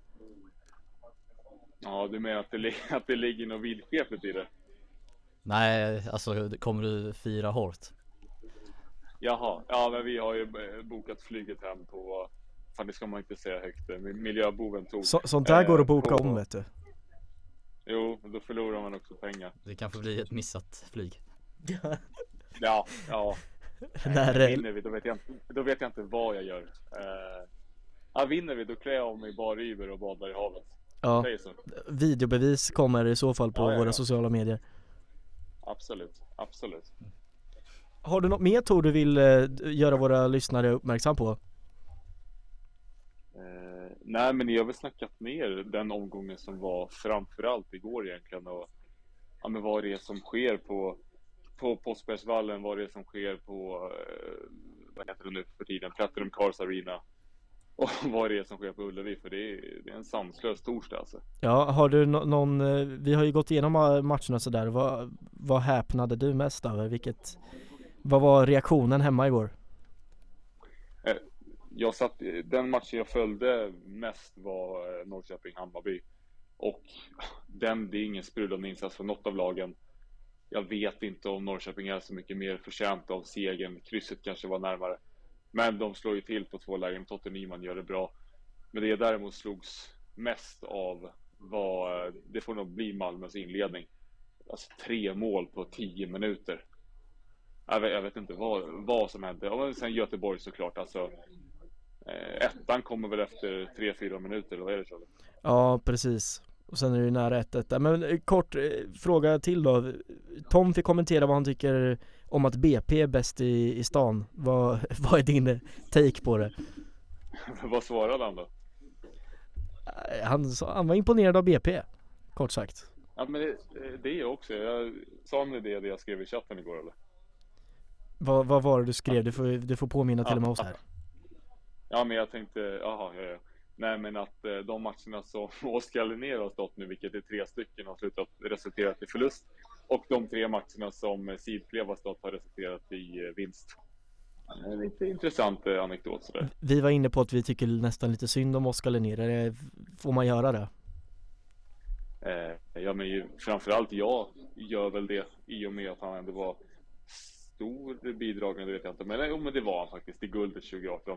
Ja, du menar att det ligger något vidskepligt i det? Nej, alltså kommer du fira hårt? Jaha, ja men vi har ju bokat flyget hem på, fan det ska man inte säga högt, miljöboven tog. Sånt där går att boka om, vet du. Jo, då förlorar man också pengar. Det kanske blir ett missat flyg. Ja. När vinner vi, då vet jag inte vad jag gör. Vinner vi, då klär jag av mig bara iver och badar i havet. Ja, Säger så. videobevis kommer i så fall på Ja. våra sociala medier. Absolut. Har du något mer Tor du vill göra våra lyssnare uppmärksam på? Nej, men jag har väl snackat ner den omgången som var framförallt igår egentligen, och men vad det är som sker på Påskbergsvallen, vad det är som sker på vad heter det nu för tiden, Platinum Cars Arena, och vad det är som sker på Ullevi, för det är en sanslös torsdag alltså. Ja, har du någon, vi har ju gått igenom matcherna sådär, vad häpnade du mest över? Vad var reaktionen hemma igår? Den matchen jag följde mest var Norrköping-Hammarby, och det är ingen sprudlande insats för något av lagen. Jag vet inte om Norrköping är så mycket mer förtjänt av segern. Krysset kanske var närmare, men de slår ju till på 2 lägen. Totte Nyman gör det bra, men det däremot slogs mest av det får nog bli Malmös inledning. Alltså 3 mål på 10 minuter. Jag vet inte vad som hände. Och sen Göteborg såklart, alltså ettan kommer väl efter 3-4 minuter, eller vad är det så? Ja, precis. Och sen är det ju nära 1-1. Men kort fråga till då. Tom fick kommentera vad han tycker om att BP är bäst i stan. Vad är din take på det? Vad svarade han då? Han var imponerad av BP, kort sagt. Ja, men det är jag också. Jag sa med det jag skrev i chatten igår, eller? Vad var det du skrev? Du får påminna till och med oss här. Ja, men jag tänkte, ja. Nej, men att de matcherna som Oskar Linnér har stått nu, vilket är 3 stycken, har resulterat i förlust. Och de 3 matcherna som Sidklev har stått har resulterat i vinst. En lite intressant anekdot sådär. Vi var inne på att vi tycker nästan lite synd om Oskar Linnér. Får man göra det? Ja, men framförallt jag gör väl det, i och med att han ändå var stor bidragande, vet jag inte. Men det var han faktiskt i guldet 2018.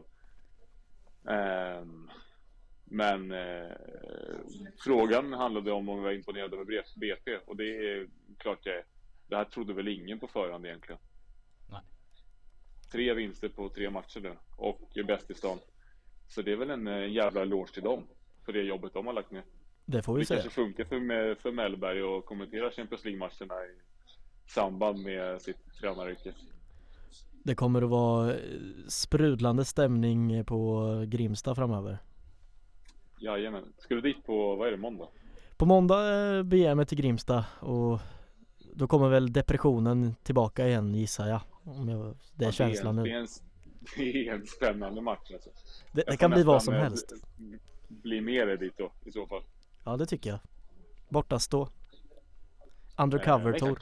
Men frågan handlade om vi var imponerade över BP, och det är klart det här trodde väl ingen på förhand egentligen. Nej. 3 vinster på 3 matcher nu och bäst i stan. Så det är väl en jävla eloge till dem för det jobbet de har lagt ner. Det får vi säga. Det kanske funkar för Mellberg att kommentera Champions League-matcherna i samband med sitt tränaryrke. Det kommer att vara sprudlande stämning på Grimsta framöver. Jajamän. Ska du dit på, vad är det, måndag? På måndag beger jag mig till Grimsta, och då kommer väl depressionen tillbaka igen, gissar jag. Det är känslan nu. Det är en spännande match alltså. Det kan bli vad som helst. Bli med dit då, i så fall. Ja, det tycker jag. Borta stå. Undercover tour.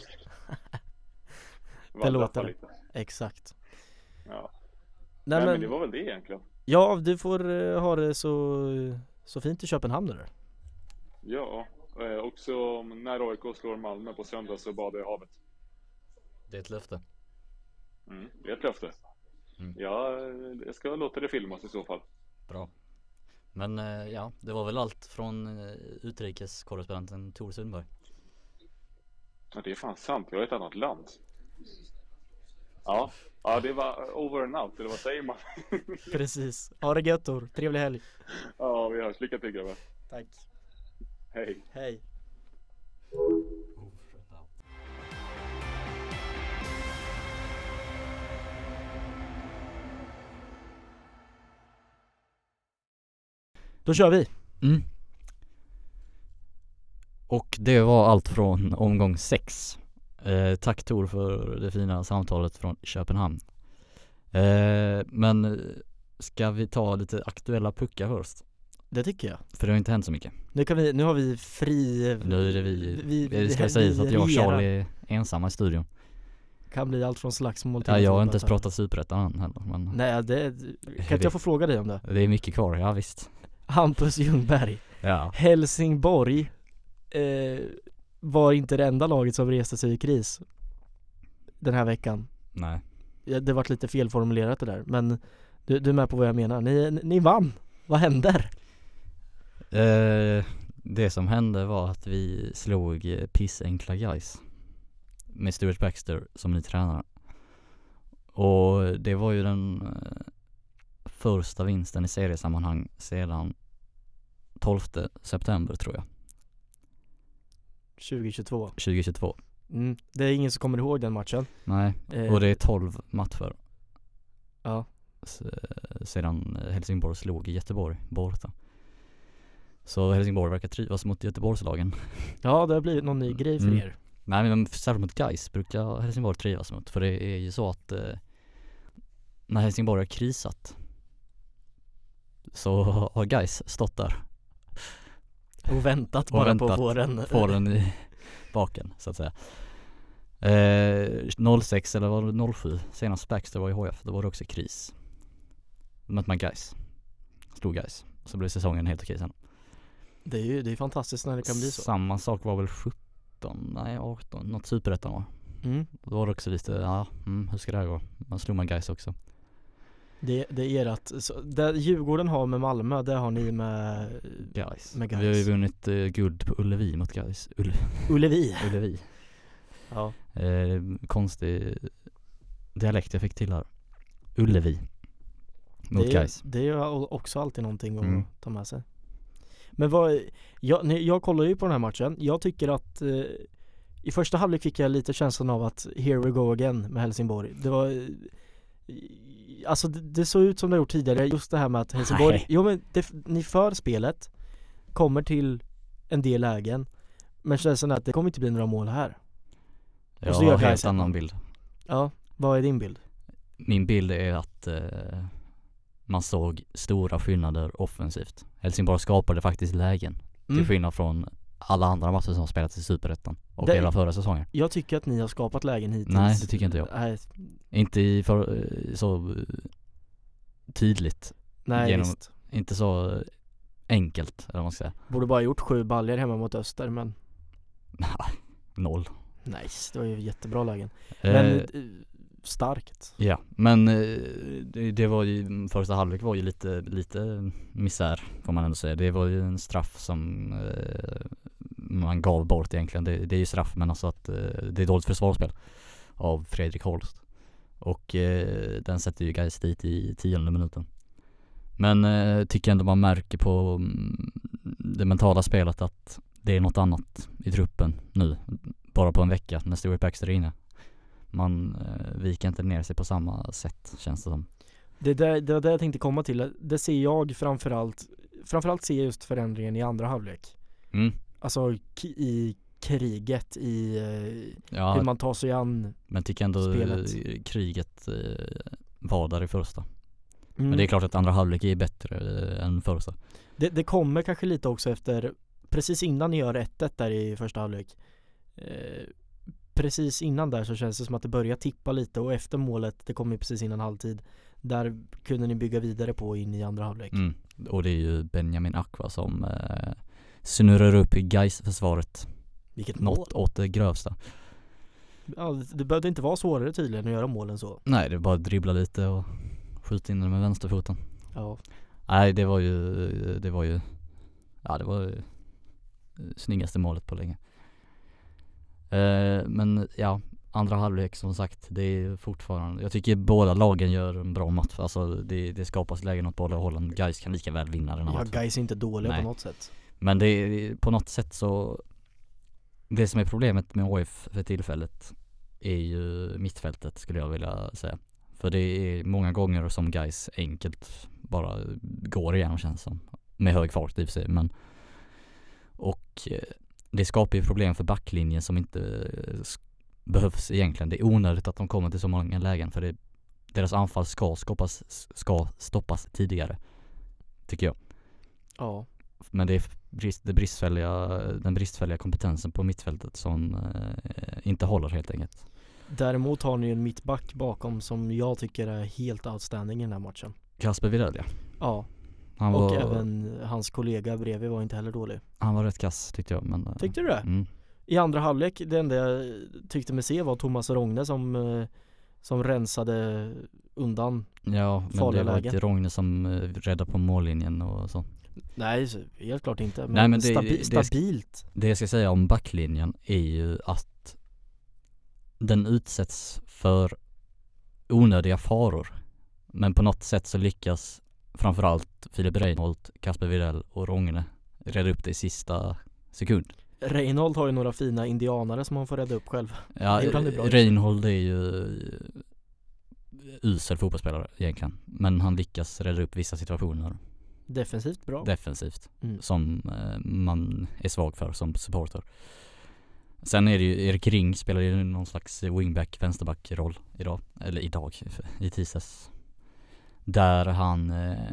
Det låter det. Lite. Exakt. Ja. Nej, men det var väl det egentligen. Ja, du får ha det så fint i Köpenhamn där. Ja, också när AIK slår Malmö på söndag så badar jag i havet. Det är ett löfte. Det är ett löfte. Ja, jag ska låta det filmas i så fall. Bra. Men ja, det var väl allt från utrikeskorrespondenten Tor Sundberg. Ja, det är fan sant. Jag är ett annat land. Ja, det var over and out, eller vad säger man? Precis. Ha det gött, Tor. Trevlig helg. Ja, vi hörs. Lycka till, grabbar. Tack. Hej. Hej. Då kör vi. Och det var allt från omgång 6. Tack Tor för det fina samtalet från Köpenhamn. Men ska vi ta lite aktuella puckar först? Det tycker jag. För det har inte hänt så mycket. Nu har vi fri. Nu är det vi ska säga så att jag och Charlie är ensamma i studion. Kan bli allt från slagsmål till. Ja, jag har inte ens pratat Superettan än heller, men nej, kan inte jag få fråga dig om det? Det är mycket kvar, ja visst. Hampus Ljungberg. Ja. Helsingborg var inte det enda laget som reste sig i kris den här veckan. Nej. Det var lite felformulerat det där, men du är med på vad jag menar. Ni vann. Vad händer? Det som hände var att vi slog pissenkla guys med Stuart Baxter som ny tränare. Och det var ju den första vinsten i seriesammanhang sedan 12 september tror jag. 2022. Det är ingen som kommer ihåg den matchen. Nej, och det är 12 matcher. Ja. Sedan Helsingborg slog i Göteborg borta. Så Helsingborg verkar trivas mot Göteborgslagen. Ja, det har blivit någon ny grej för er. Nej, men särskilt mot Gais brukar Helsingborg trivas mot. För det är ju så att när Helsingborg har krisat så har Gais stått där och väntat bara på att få den i baken så att säga. 06 eller var det 07 senast Baxter var i HF, då var det också kris. Mötte man Gais, slog Gais, så blev säsongen helt okej sen. Det är fantastiskt när det kan bli så. Samma sak var väl 18, något superettan var. Då var det också lite, hur ska det här gå? Man slog man Gais också. Det är att det Djurgården har med Malmö, det har ni med Gais. Med Gais. Vi har ju vunnit guld på Ullevi mot Gais. Ullevi. Ja. Konstig dialekt jag fick till här. Ullevi mot Gais. Det är också alltid någonting att ta med sig. Men jag kollar ju på den här matchen. Jag tycker att i första halvlek fick jag lite känslan av att here we go again med Helsingborg. Det var alltså det såg ut som det gjort tidigare, just det här med att Helsingborg, ni för spelet, kommer till en del lägen, men känslan är att det kommer inte bli några mål här. Jag har en helt annan bild. Ja, vad är din bild? Min bild är att man såg stora skillnader offensivt. Helsingborg skapade faktiskt lägen till skillnad från alla andra matcher som spelats i Superettan och hela förra säsongen. Jag tycker att ni har skapat lägen hittills. Nej, det tycker inte jag. Nej. Inte så tydligt. Nej, visst. Inte så enkelt, eller vad man ska säga. Borde bara gjort 7 baljor hemma mot Öster, men 0. Nice, det var ju jättebra lägen. Men starkt. Ja, men det var ju, första halvlek var ju lite misär, får man ändå säga. Det var ju en straff som man gav bort egentligen. Det är ju straff, men alltså att det är dåligt försvarsspel av Fredrik Holst. Och den sätter ju Gais dit i 10:e minuten. Men tycker ändå man märker på det mentala spelet att det är något annat i truppen nu. Bara på en vecka när Stuart Baxter är inne. Man viker inte ner sig på samma sätt, känns det som. Det var det jag tänkte komma till. Det ser jag framförallt ser jag just förändringen i andra halvlek. Alltså i kriget, i hur man tar sig an. Men tycker ändå spelet. Kriget var där i första. Men det är klart att andra halvlek är bättre än första. Det kommer kanske lite också efter, precis innan ni gör 1-1 där i första halvlek. Precis innan där så känns det som att det börjar tippa lite, och efter målet, det kommer precis innan halvtid, där kunde ni bygga vidare på in i andra halvlek. Och det är ju Benjamin Aqua som snurrar upp i Gais-försvaret. Vilket något åt det grövsta. Ja, det behövde inte vara svårare tydligen att göra målen så. Nej, det är bara att dribbla lite och skjuta in den med vänsterfoten. Ja. Nej, det var ju snyggaste målet på länge. Men ja, andra halvlek som sagt, det är fortfarande, jag tycker båda lagen gör en bra match. Alltså det skapas lägen åt båda hållen. Gais kan lika väl vinna den här matchen. Ja, Gais är inte dåliga på något sätt. Men det är på något sätt så, det som är problemet med HF för tillfället är ju mittfältet, skulle jag vilja säga. För det är många gånger som Gais enkelt bara går igenom, känns som. Med hög fart i och för sig, men och det skapar ju problem för backlinjen som inte behövs egentligen. Det är onödigt att de kommer till så många lägen, för deras anfall ska stoppas tidigare, tycker jag. Ja. Men det är den bristfälliga kompetensen på mittfältet som inte håller helt enkelt. Däremot har ni en mittback bakom som jag tycker är helt outstanding i den här matchen. Kasper Widell, ja. Och även hans kollega bredvid var inte heller dålig. Han var rätt kass, tyckte jag. Men, tyckte du det? I andra halvlek, det enda jag tyckte mig se var Thomas Rogne som rensade undan. Ja, men det var inte Rogne som räddade på mållinjen och så. Nej, helt klart inte. Men, nej, men stabilt. Det jag ska säga om backlinjen är ju att den utsätts för onödiga faror. Men på något sätt så lyckas framförallt Filip Reinholt, Kasper Widell och Rogne rädda upp det i sista sekund. Reinhold har ju några fina indianare som han får rädda upp själv. Ja, Det gjorde han det bra. Reinhold är ju usel fotbollsspelare egentligen. Men han lyckas rädda upp vissa situationer Defensivt bra. defensivt Mm. som man är svag för som supporter. Sen är det ju Erik Ring spelar ju någon slags wingback, vänsterback-roll idag, i tisdags. Där han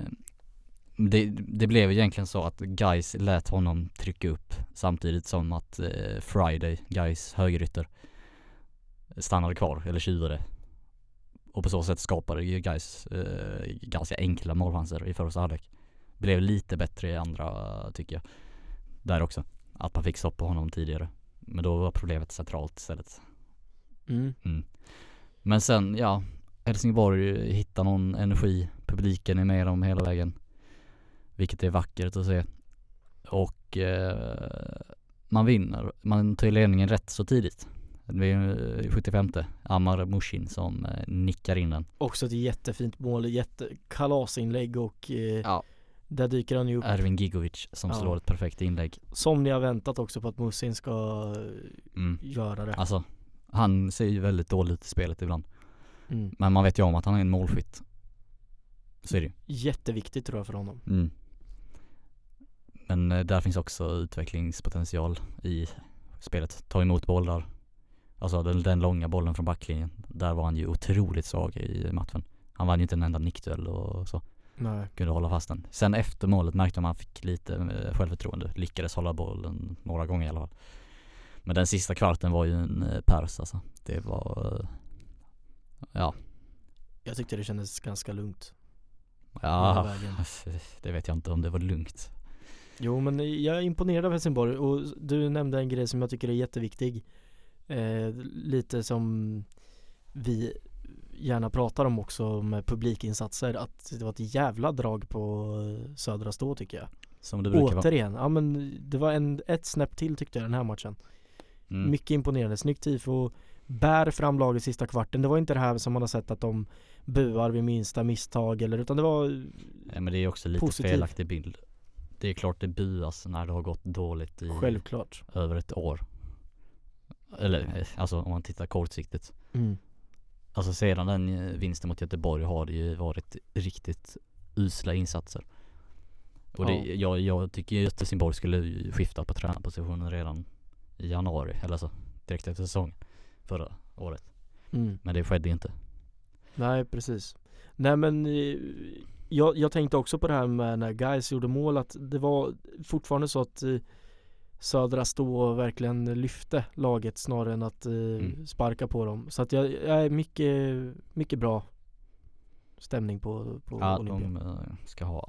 det blev egentligen så att Gais lät honom trycka upp samtidigt som att Friday, Gais högerytter, stannade kvar eller tjuvade. Och på så sätt skapade ju Gais ganska enkla målchanser i första halvlek. Blev lite bättre i andra, tycker jag. Där också. Att man fick stopp på honom tidigare. Men då var problemet centralt istället. Mm. Men sen, ja, Helsingborg hittar någon energi. Publiken är med dem hela vägen. Vilket är vackert att se. Och man vinner. Man tar ledningen rätt så tidigt. Det är 75. Amar Mushin som nickar in den. Också ett jättefint mål, kalasinlägg och Ja. där dyker han ju upp. Ervin Gigovic som slår ett perfekt inlägg. Som ni har väntat också på att Mushin ska göra det. Alltså, han ser ju väldigt dåligt ut i spelet ibland. Mm. Men man vet ju om att han är en målskytt. Så är det ju. Jätteviktigt tror jag för honom. Men där finns också utvecklingspotential i spelet. Ta emot bollar. Alltså den långa bollen från backlinjen. Där var han ju otroligt svag i matchen. Han vann ju inte en enda nickduell och så. Nej. Kunde hålla fast den. Sen efter målet märkte man att han fick lite självförtroende. Lyckades hålla bollen några gånger i alla fall. Men den sista kvarten var ju en pers alltså. Det var ja. Jag tyckte det kändes ganska lugnt. Ja, det vet jag inte om det var lugnt. Jo, men jag är imponerad av Helsingborg. Och du nämnde en grej som jag tycker är jätteviktig. Lite som vi gärna pratar om också med publikinsatser. Att det var ett jävla drag på Södra Stå tycker jag. Som det brukar återigen, ja men det var ett snäpp till tyckte jag den här matchen. Mycket imponerande, snyggt tifo. Bär fram laget sista kvarten. Det var inte det här som man har sett att de buar vid minsta misstag eller, utan det var men det är också lite positiv. Felaktig bild. Det är klart det buas när det har gått dåligt i självklart över ett år. Eller alltså om man tittar kortsiktigt. Alltså sedan den vinsten mot Göteborg har det ju varit riktigt usla insatser. Och det, jag tycker ju att Helsingborg skulle skifta på tränarpositionen redan i januari eller så, direkt efter säsongen förra året. Men det skedde inte. Nej, precis. Nej, men jag tänkte också på det här med när Gais gjorde mål, att det var fortfarande så att Södra Stå verkligen lyfte laget snarare än att sparka på dem. Så att jag är mycket bra stämning på Olympia. De ska ha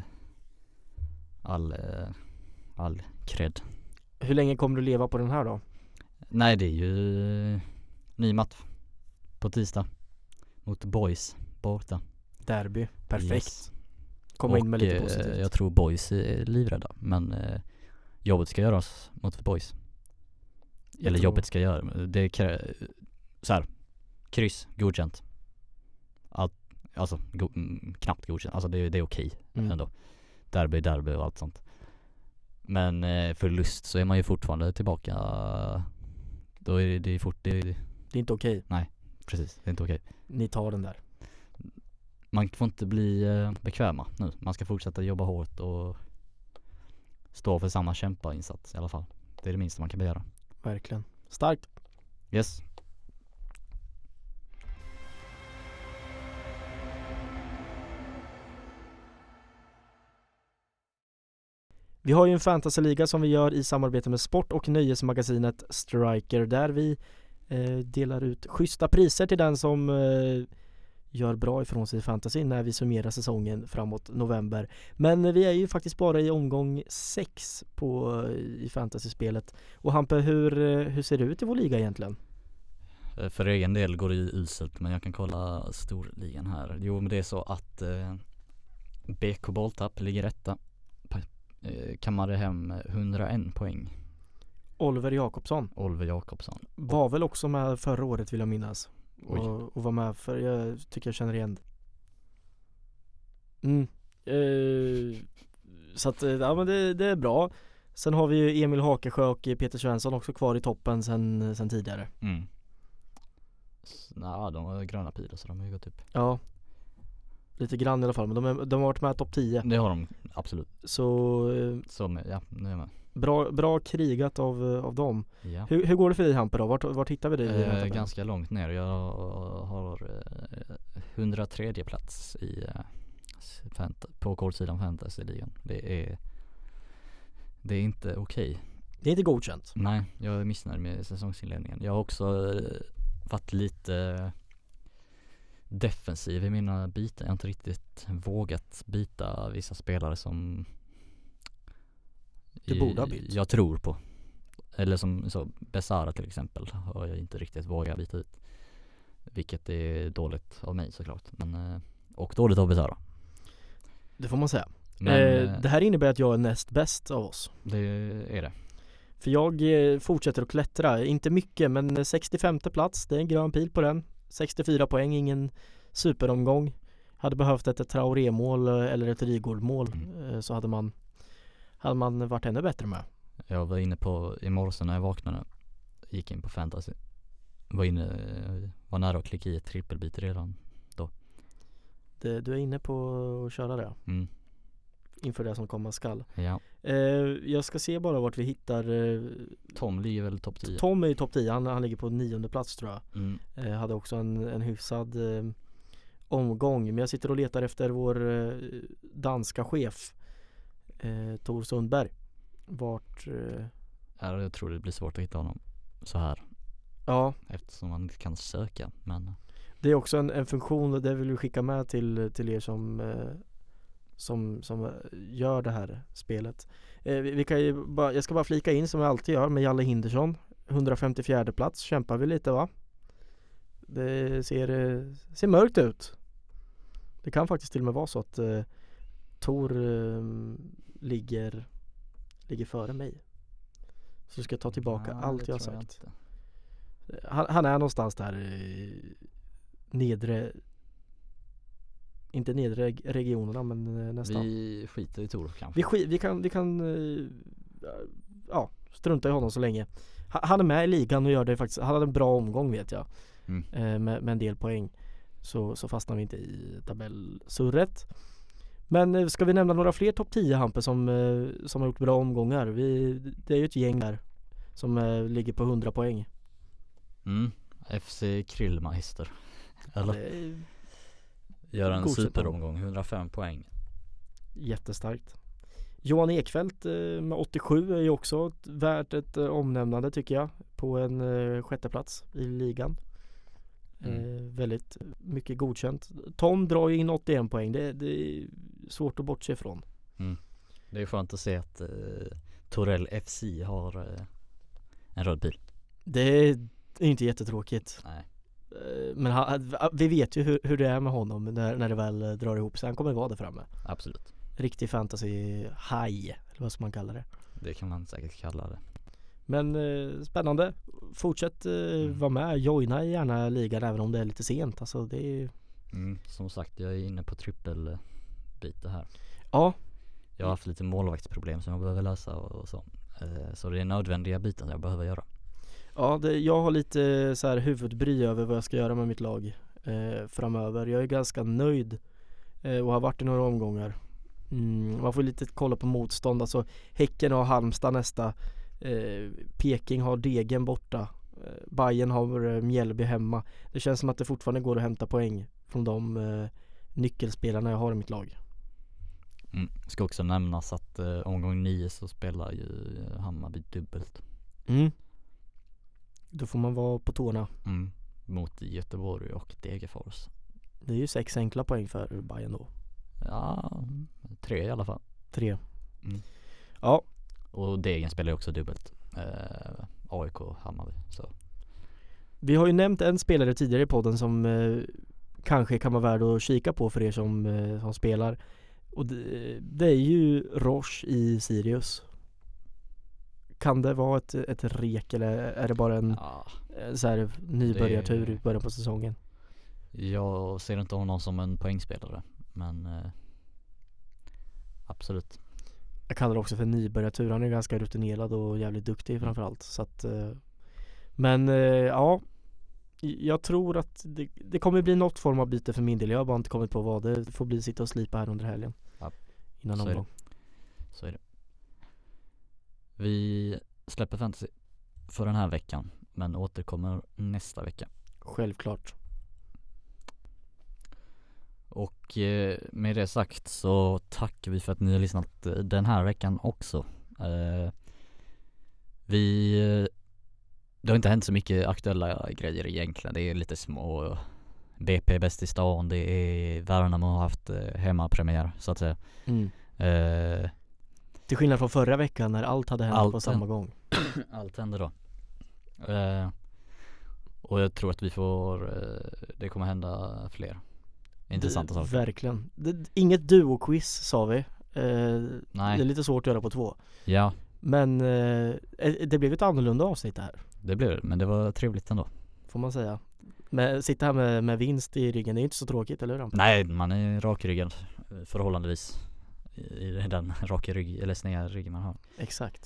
all cred. Hur länge kommer du leva på den här då? Nej, det är ju ny match på tisdag mot Boys borta. Derby, perfekt. Yes. Komma in med lite positivt. Jag tror Boys är livrädda, men jobbet ska göras mot Boys. Jobbet ska göra. Det är så här, kryss, godkänt. Alltså knappt godkänt. Alltså det är okej ändå. Derby och allt sånt. Men förlust så är man ju fortfarande tillbaka. Då är det är inte okej. Nej, precis. Det är inte okej. Ni tar den där. Man får inte bli bekväma nu. Man ska fortsätta jobba hårt och stå för samma kämpainsats i alla fall. Det är det minsta man kan begära. Verkligen. Starkt. Yes. Vi har ju en fantasyliga som vi gör i samarbete med sport- och nöjesmagasinet Striker, där vi delar ut schyssta priser till den som gör bra ifrån sig i fantasy när vi summerar säsongen framåt november. Men vi är ju faktiskt bara i omgång 6 i fantasyspelet. Och Hampe, hur ser det ut i vår liga egentligen? För egen del går det ju uselt, men jag kan kolla storligan här. Jo, men det är så att BK Bolltapp ligger etta. Kammade hem 101 poäng. Oliver Jakobsson var väl också med förra året, vill jag minnas. Och var med för, jag tycker jag känner igen. Så att, ja men det är bra. Sen har vi ju Emil Hakesjö och Peter Svensson också kvar i toppen sen tidigare. Nej, de har gröna pilar så de har ju gått upp. Ja, lite grann i alla fall. Men de har varit med topp 10. Det har de, absolut. Så Ja, nu är man. bra krigat av dem. Ja. Hur går det för dig, Hamper då? Vart hittar vi dig? Ganska långt ner. Jag har 103 plats i på kortsidan fantasy-ligan. Det är inte okej. Det är inte godkänt. Nej, jag är missnöjd med säsongsinledningen. Jag har också varit lite defensiv i mina byten. Jag har inte riktigt vågat byta vissa spelare som du borde ha bytt. Jag tror på. Eller som så Besara till exempel har jag inte riktigt vågat byta ut. Vilket är dåligt av mig såklart. Men, och dåligt av Besara. Det får man säga. Men, det här innebär att jag är näst bäst av oss. Det är det. För jag fortsätter att klättra. Inte mycket, men 65:e plats. Det är en grön pil på den. 64 poäng, ingen superomgång. Hade behövt ett Traoré-mål eller ett Rygaard-mål så hade man varit ännu bättre med. Jag var inne på i morse när jag vaknade. Gick in på fantasy. Var nära att klicka i ett trippelbyte redan då. Du är inne på att köra det? Inför det som komma skall. Ja. Jag ska se bara vart vi hittar Tom ligger väl topp 10. Tom är ju topp 10, han ligger på 9:e plats tror jag. Hade också en hyfsad omgång. Men jag sitter och letar efter vår danska chef Tor Sundberg. Jag tror det blir svårt att hitta honom så här. Ja. Eftersom man inte kan söka. Men det är också en funktion, och det vill vi skicka med till er som gör det här spelet. Vi kan ju jag ska bara flika in som jag alltid gör med Jalle Hindersson. 154:e plats, kämpar vi lite va? Det ser mörkt ut. Det kan faktiskt till och med vara så att Tor ligger före mig. Så ska jag ta tillbaka allt jag har sagt. Han är någonstans där nedre, inte nedre regionerna men nästan. Vi skiter i Tor kanske. Vi kan strunta i honom så länge. Han är med i ligan och gör det faktiskt. Han hade en bra omgång vet jag. Med en del poäng. Så fastnar vi inte i tabellsurret. Men ska vi nämna några fler topp 10 Hampe som har gjort bra omgångar? Det är ju ett gäng där som ligger på 100 poäng. FC Krillmeister. Eller gör en superomgång, 105 poäng. Jättestarkt. Johan Ekfeldt med 87 är ju också värt ett omnämnande tycker jag. På en 6:e plats i ligan. Väldigt mycket godkänt. Tom drar ju in 81 poäng. Det är svårt att bortse ifrån. Det är skönt att se att Torell FC har en röd bil. Det är inte jättetråkigt. Nej. Men vi vet ju hur det är med honom när det väl drar ihop sig. Han kommer vara där framme. Absolut. Riktig fantasy-haj, eller vad ska man kalla det? Det kan man säkert kalla det. Men spännande. Fortsätt vara med. Joina gärna ligan även om det är lite sent. Alltså, det är... Som sagt, jag är inne på trippelbyte här. Ja. Jag har haft lite målvaktsproblem som jag behöver lösa och så. Så det är nödvändiga byten jag behöver göra. Ja, jag har lite så här huvudbry över vad jag ska göra med mitt lag framöver. Jag är ganska nöjd och har varit i några omgångar. Man får lite kolla på motstånd. Alltså Häcken har Halmstad nästa. Peking har Degen borta. Bayern har Mjällby hemma. Det känns som att det fortfarande går att hämta poäng från de nyckelspelarna jag har i mitt lag. Ska också nämnas att omgång 9 så spelar ju Hammarby dubbelt. Då får man vara på tårna. Mot Göteborg och Degerfors. Det är ju 6 enkla poäng för Bayern då. Ja, 3 i alla fall. 3. Ja. Och Degen spelar ju också dubbelt. AIK och Hammarby. Så. Vi har ju nämnt en spelare tidigare i podden som kanske kan vara värd att kika på för er som spelar. Och det är ju Roche i Sirius. Kan det vara ett rek eller är det bara en så här nybörjartur i början på säsongen? Jag ser inte honom som en poängspelare, men absolut. jag kallar det också för nybörjartur. Han är ganska rutinerad och jävligt duktig framförallt. Så att, men ja, jag tror att det kommer bli något form av byte för min del. Jag har bara inte kommit på vad. Det får bli sitta och slipa här under helgen. Ja, innan så omgång. Så är det. Vi släpper fantasy för den här veckan, men återkommer nästa vecka. Självklart. Och med det sagt så tackar vi för att ni har lyssnat den här veckan också. Det har inte hänt så mycket aktuella grejer egentligen. Det är lite små BP bäst i stan. Det är Värnamo har haft hemmapremiär så att säga. Till skillnad från förra veckan när allt hade hänt på samma gång. Allt hände då. Och jag tror att det kommer hända fler intressanta saker. Verkligen. Inget duo-quiz sa vi. Nej. Det är lite svårt att göra på 2. Ja. Men det blev ett annorlunda avsnitt här. Det blev det, men det var trevligt ändå. Får man säga. Men sitta här med vinst i ryggen, det är inte så tråkigt, eller hur? Nej, man är rakryggad förhållandevis i den raka rygg eller sneda ryggen man har. Exakt.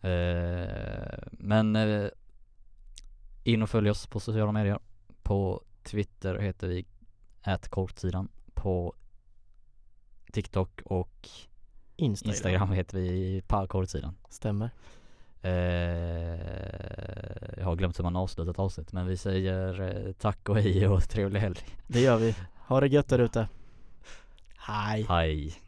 Men in och följ oss på sociala medier. På Twitter heter vi @kortsidan. På TikTok och Instagram heter vi kortsidan. Stämmer. Jag har glömt hur man avslutat ett avsnitt, men vi säger tack och hej och trevlig helg. Det gör vi. Ha det gött där ute. Hej. Hej.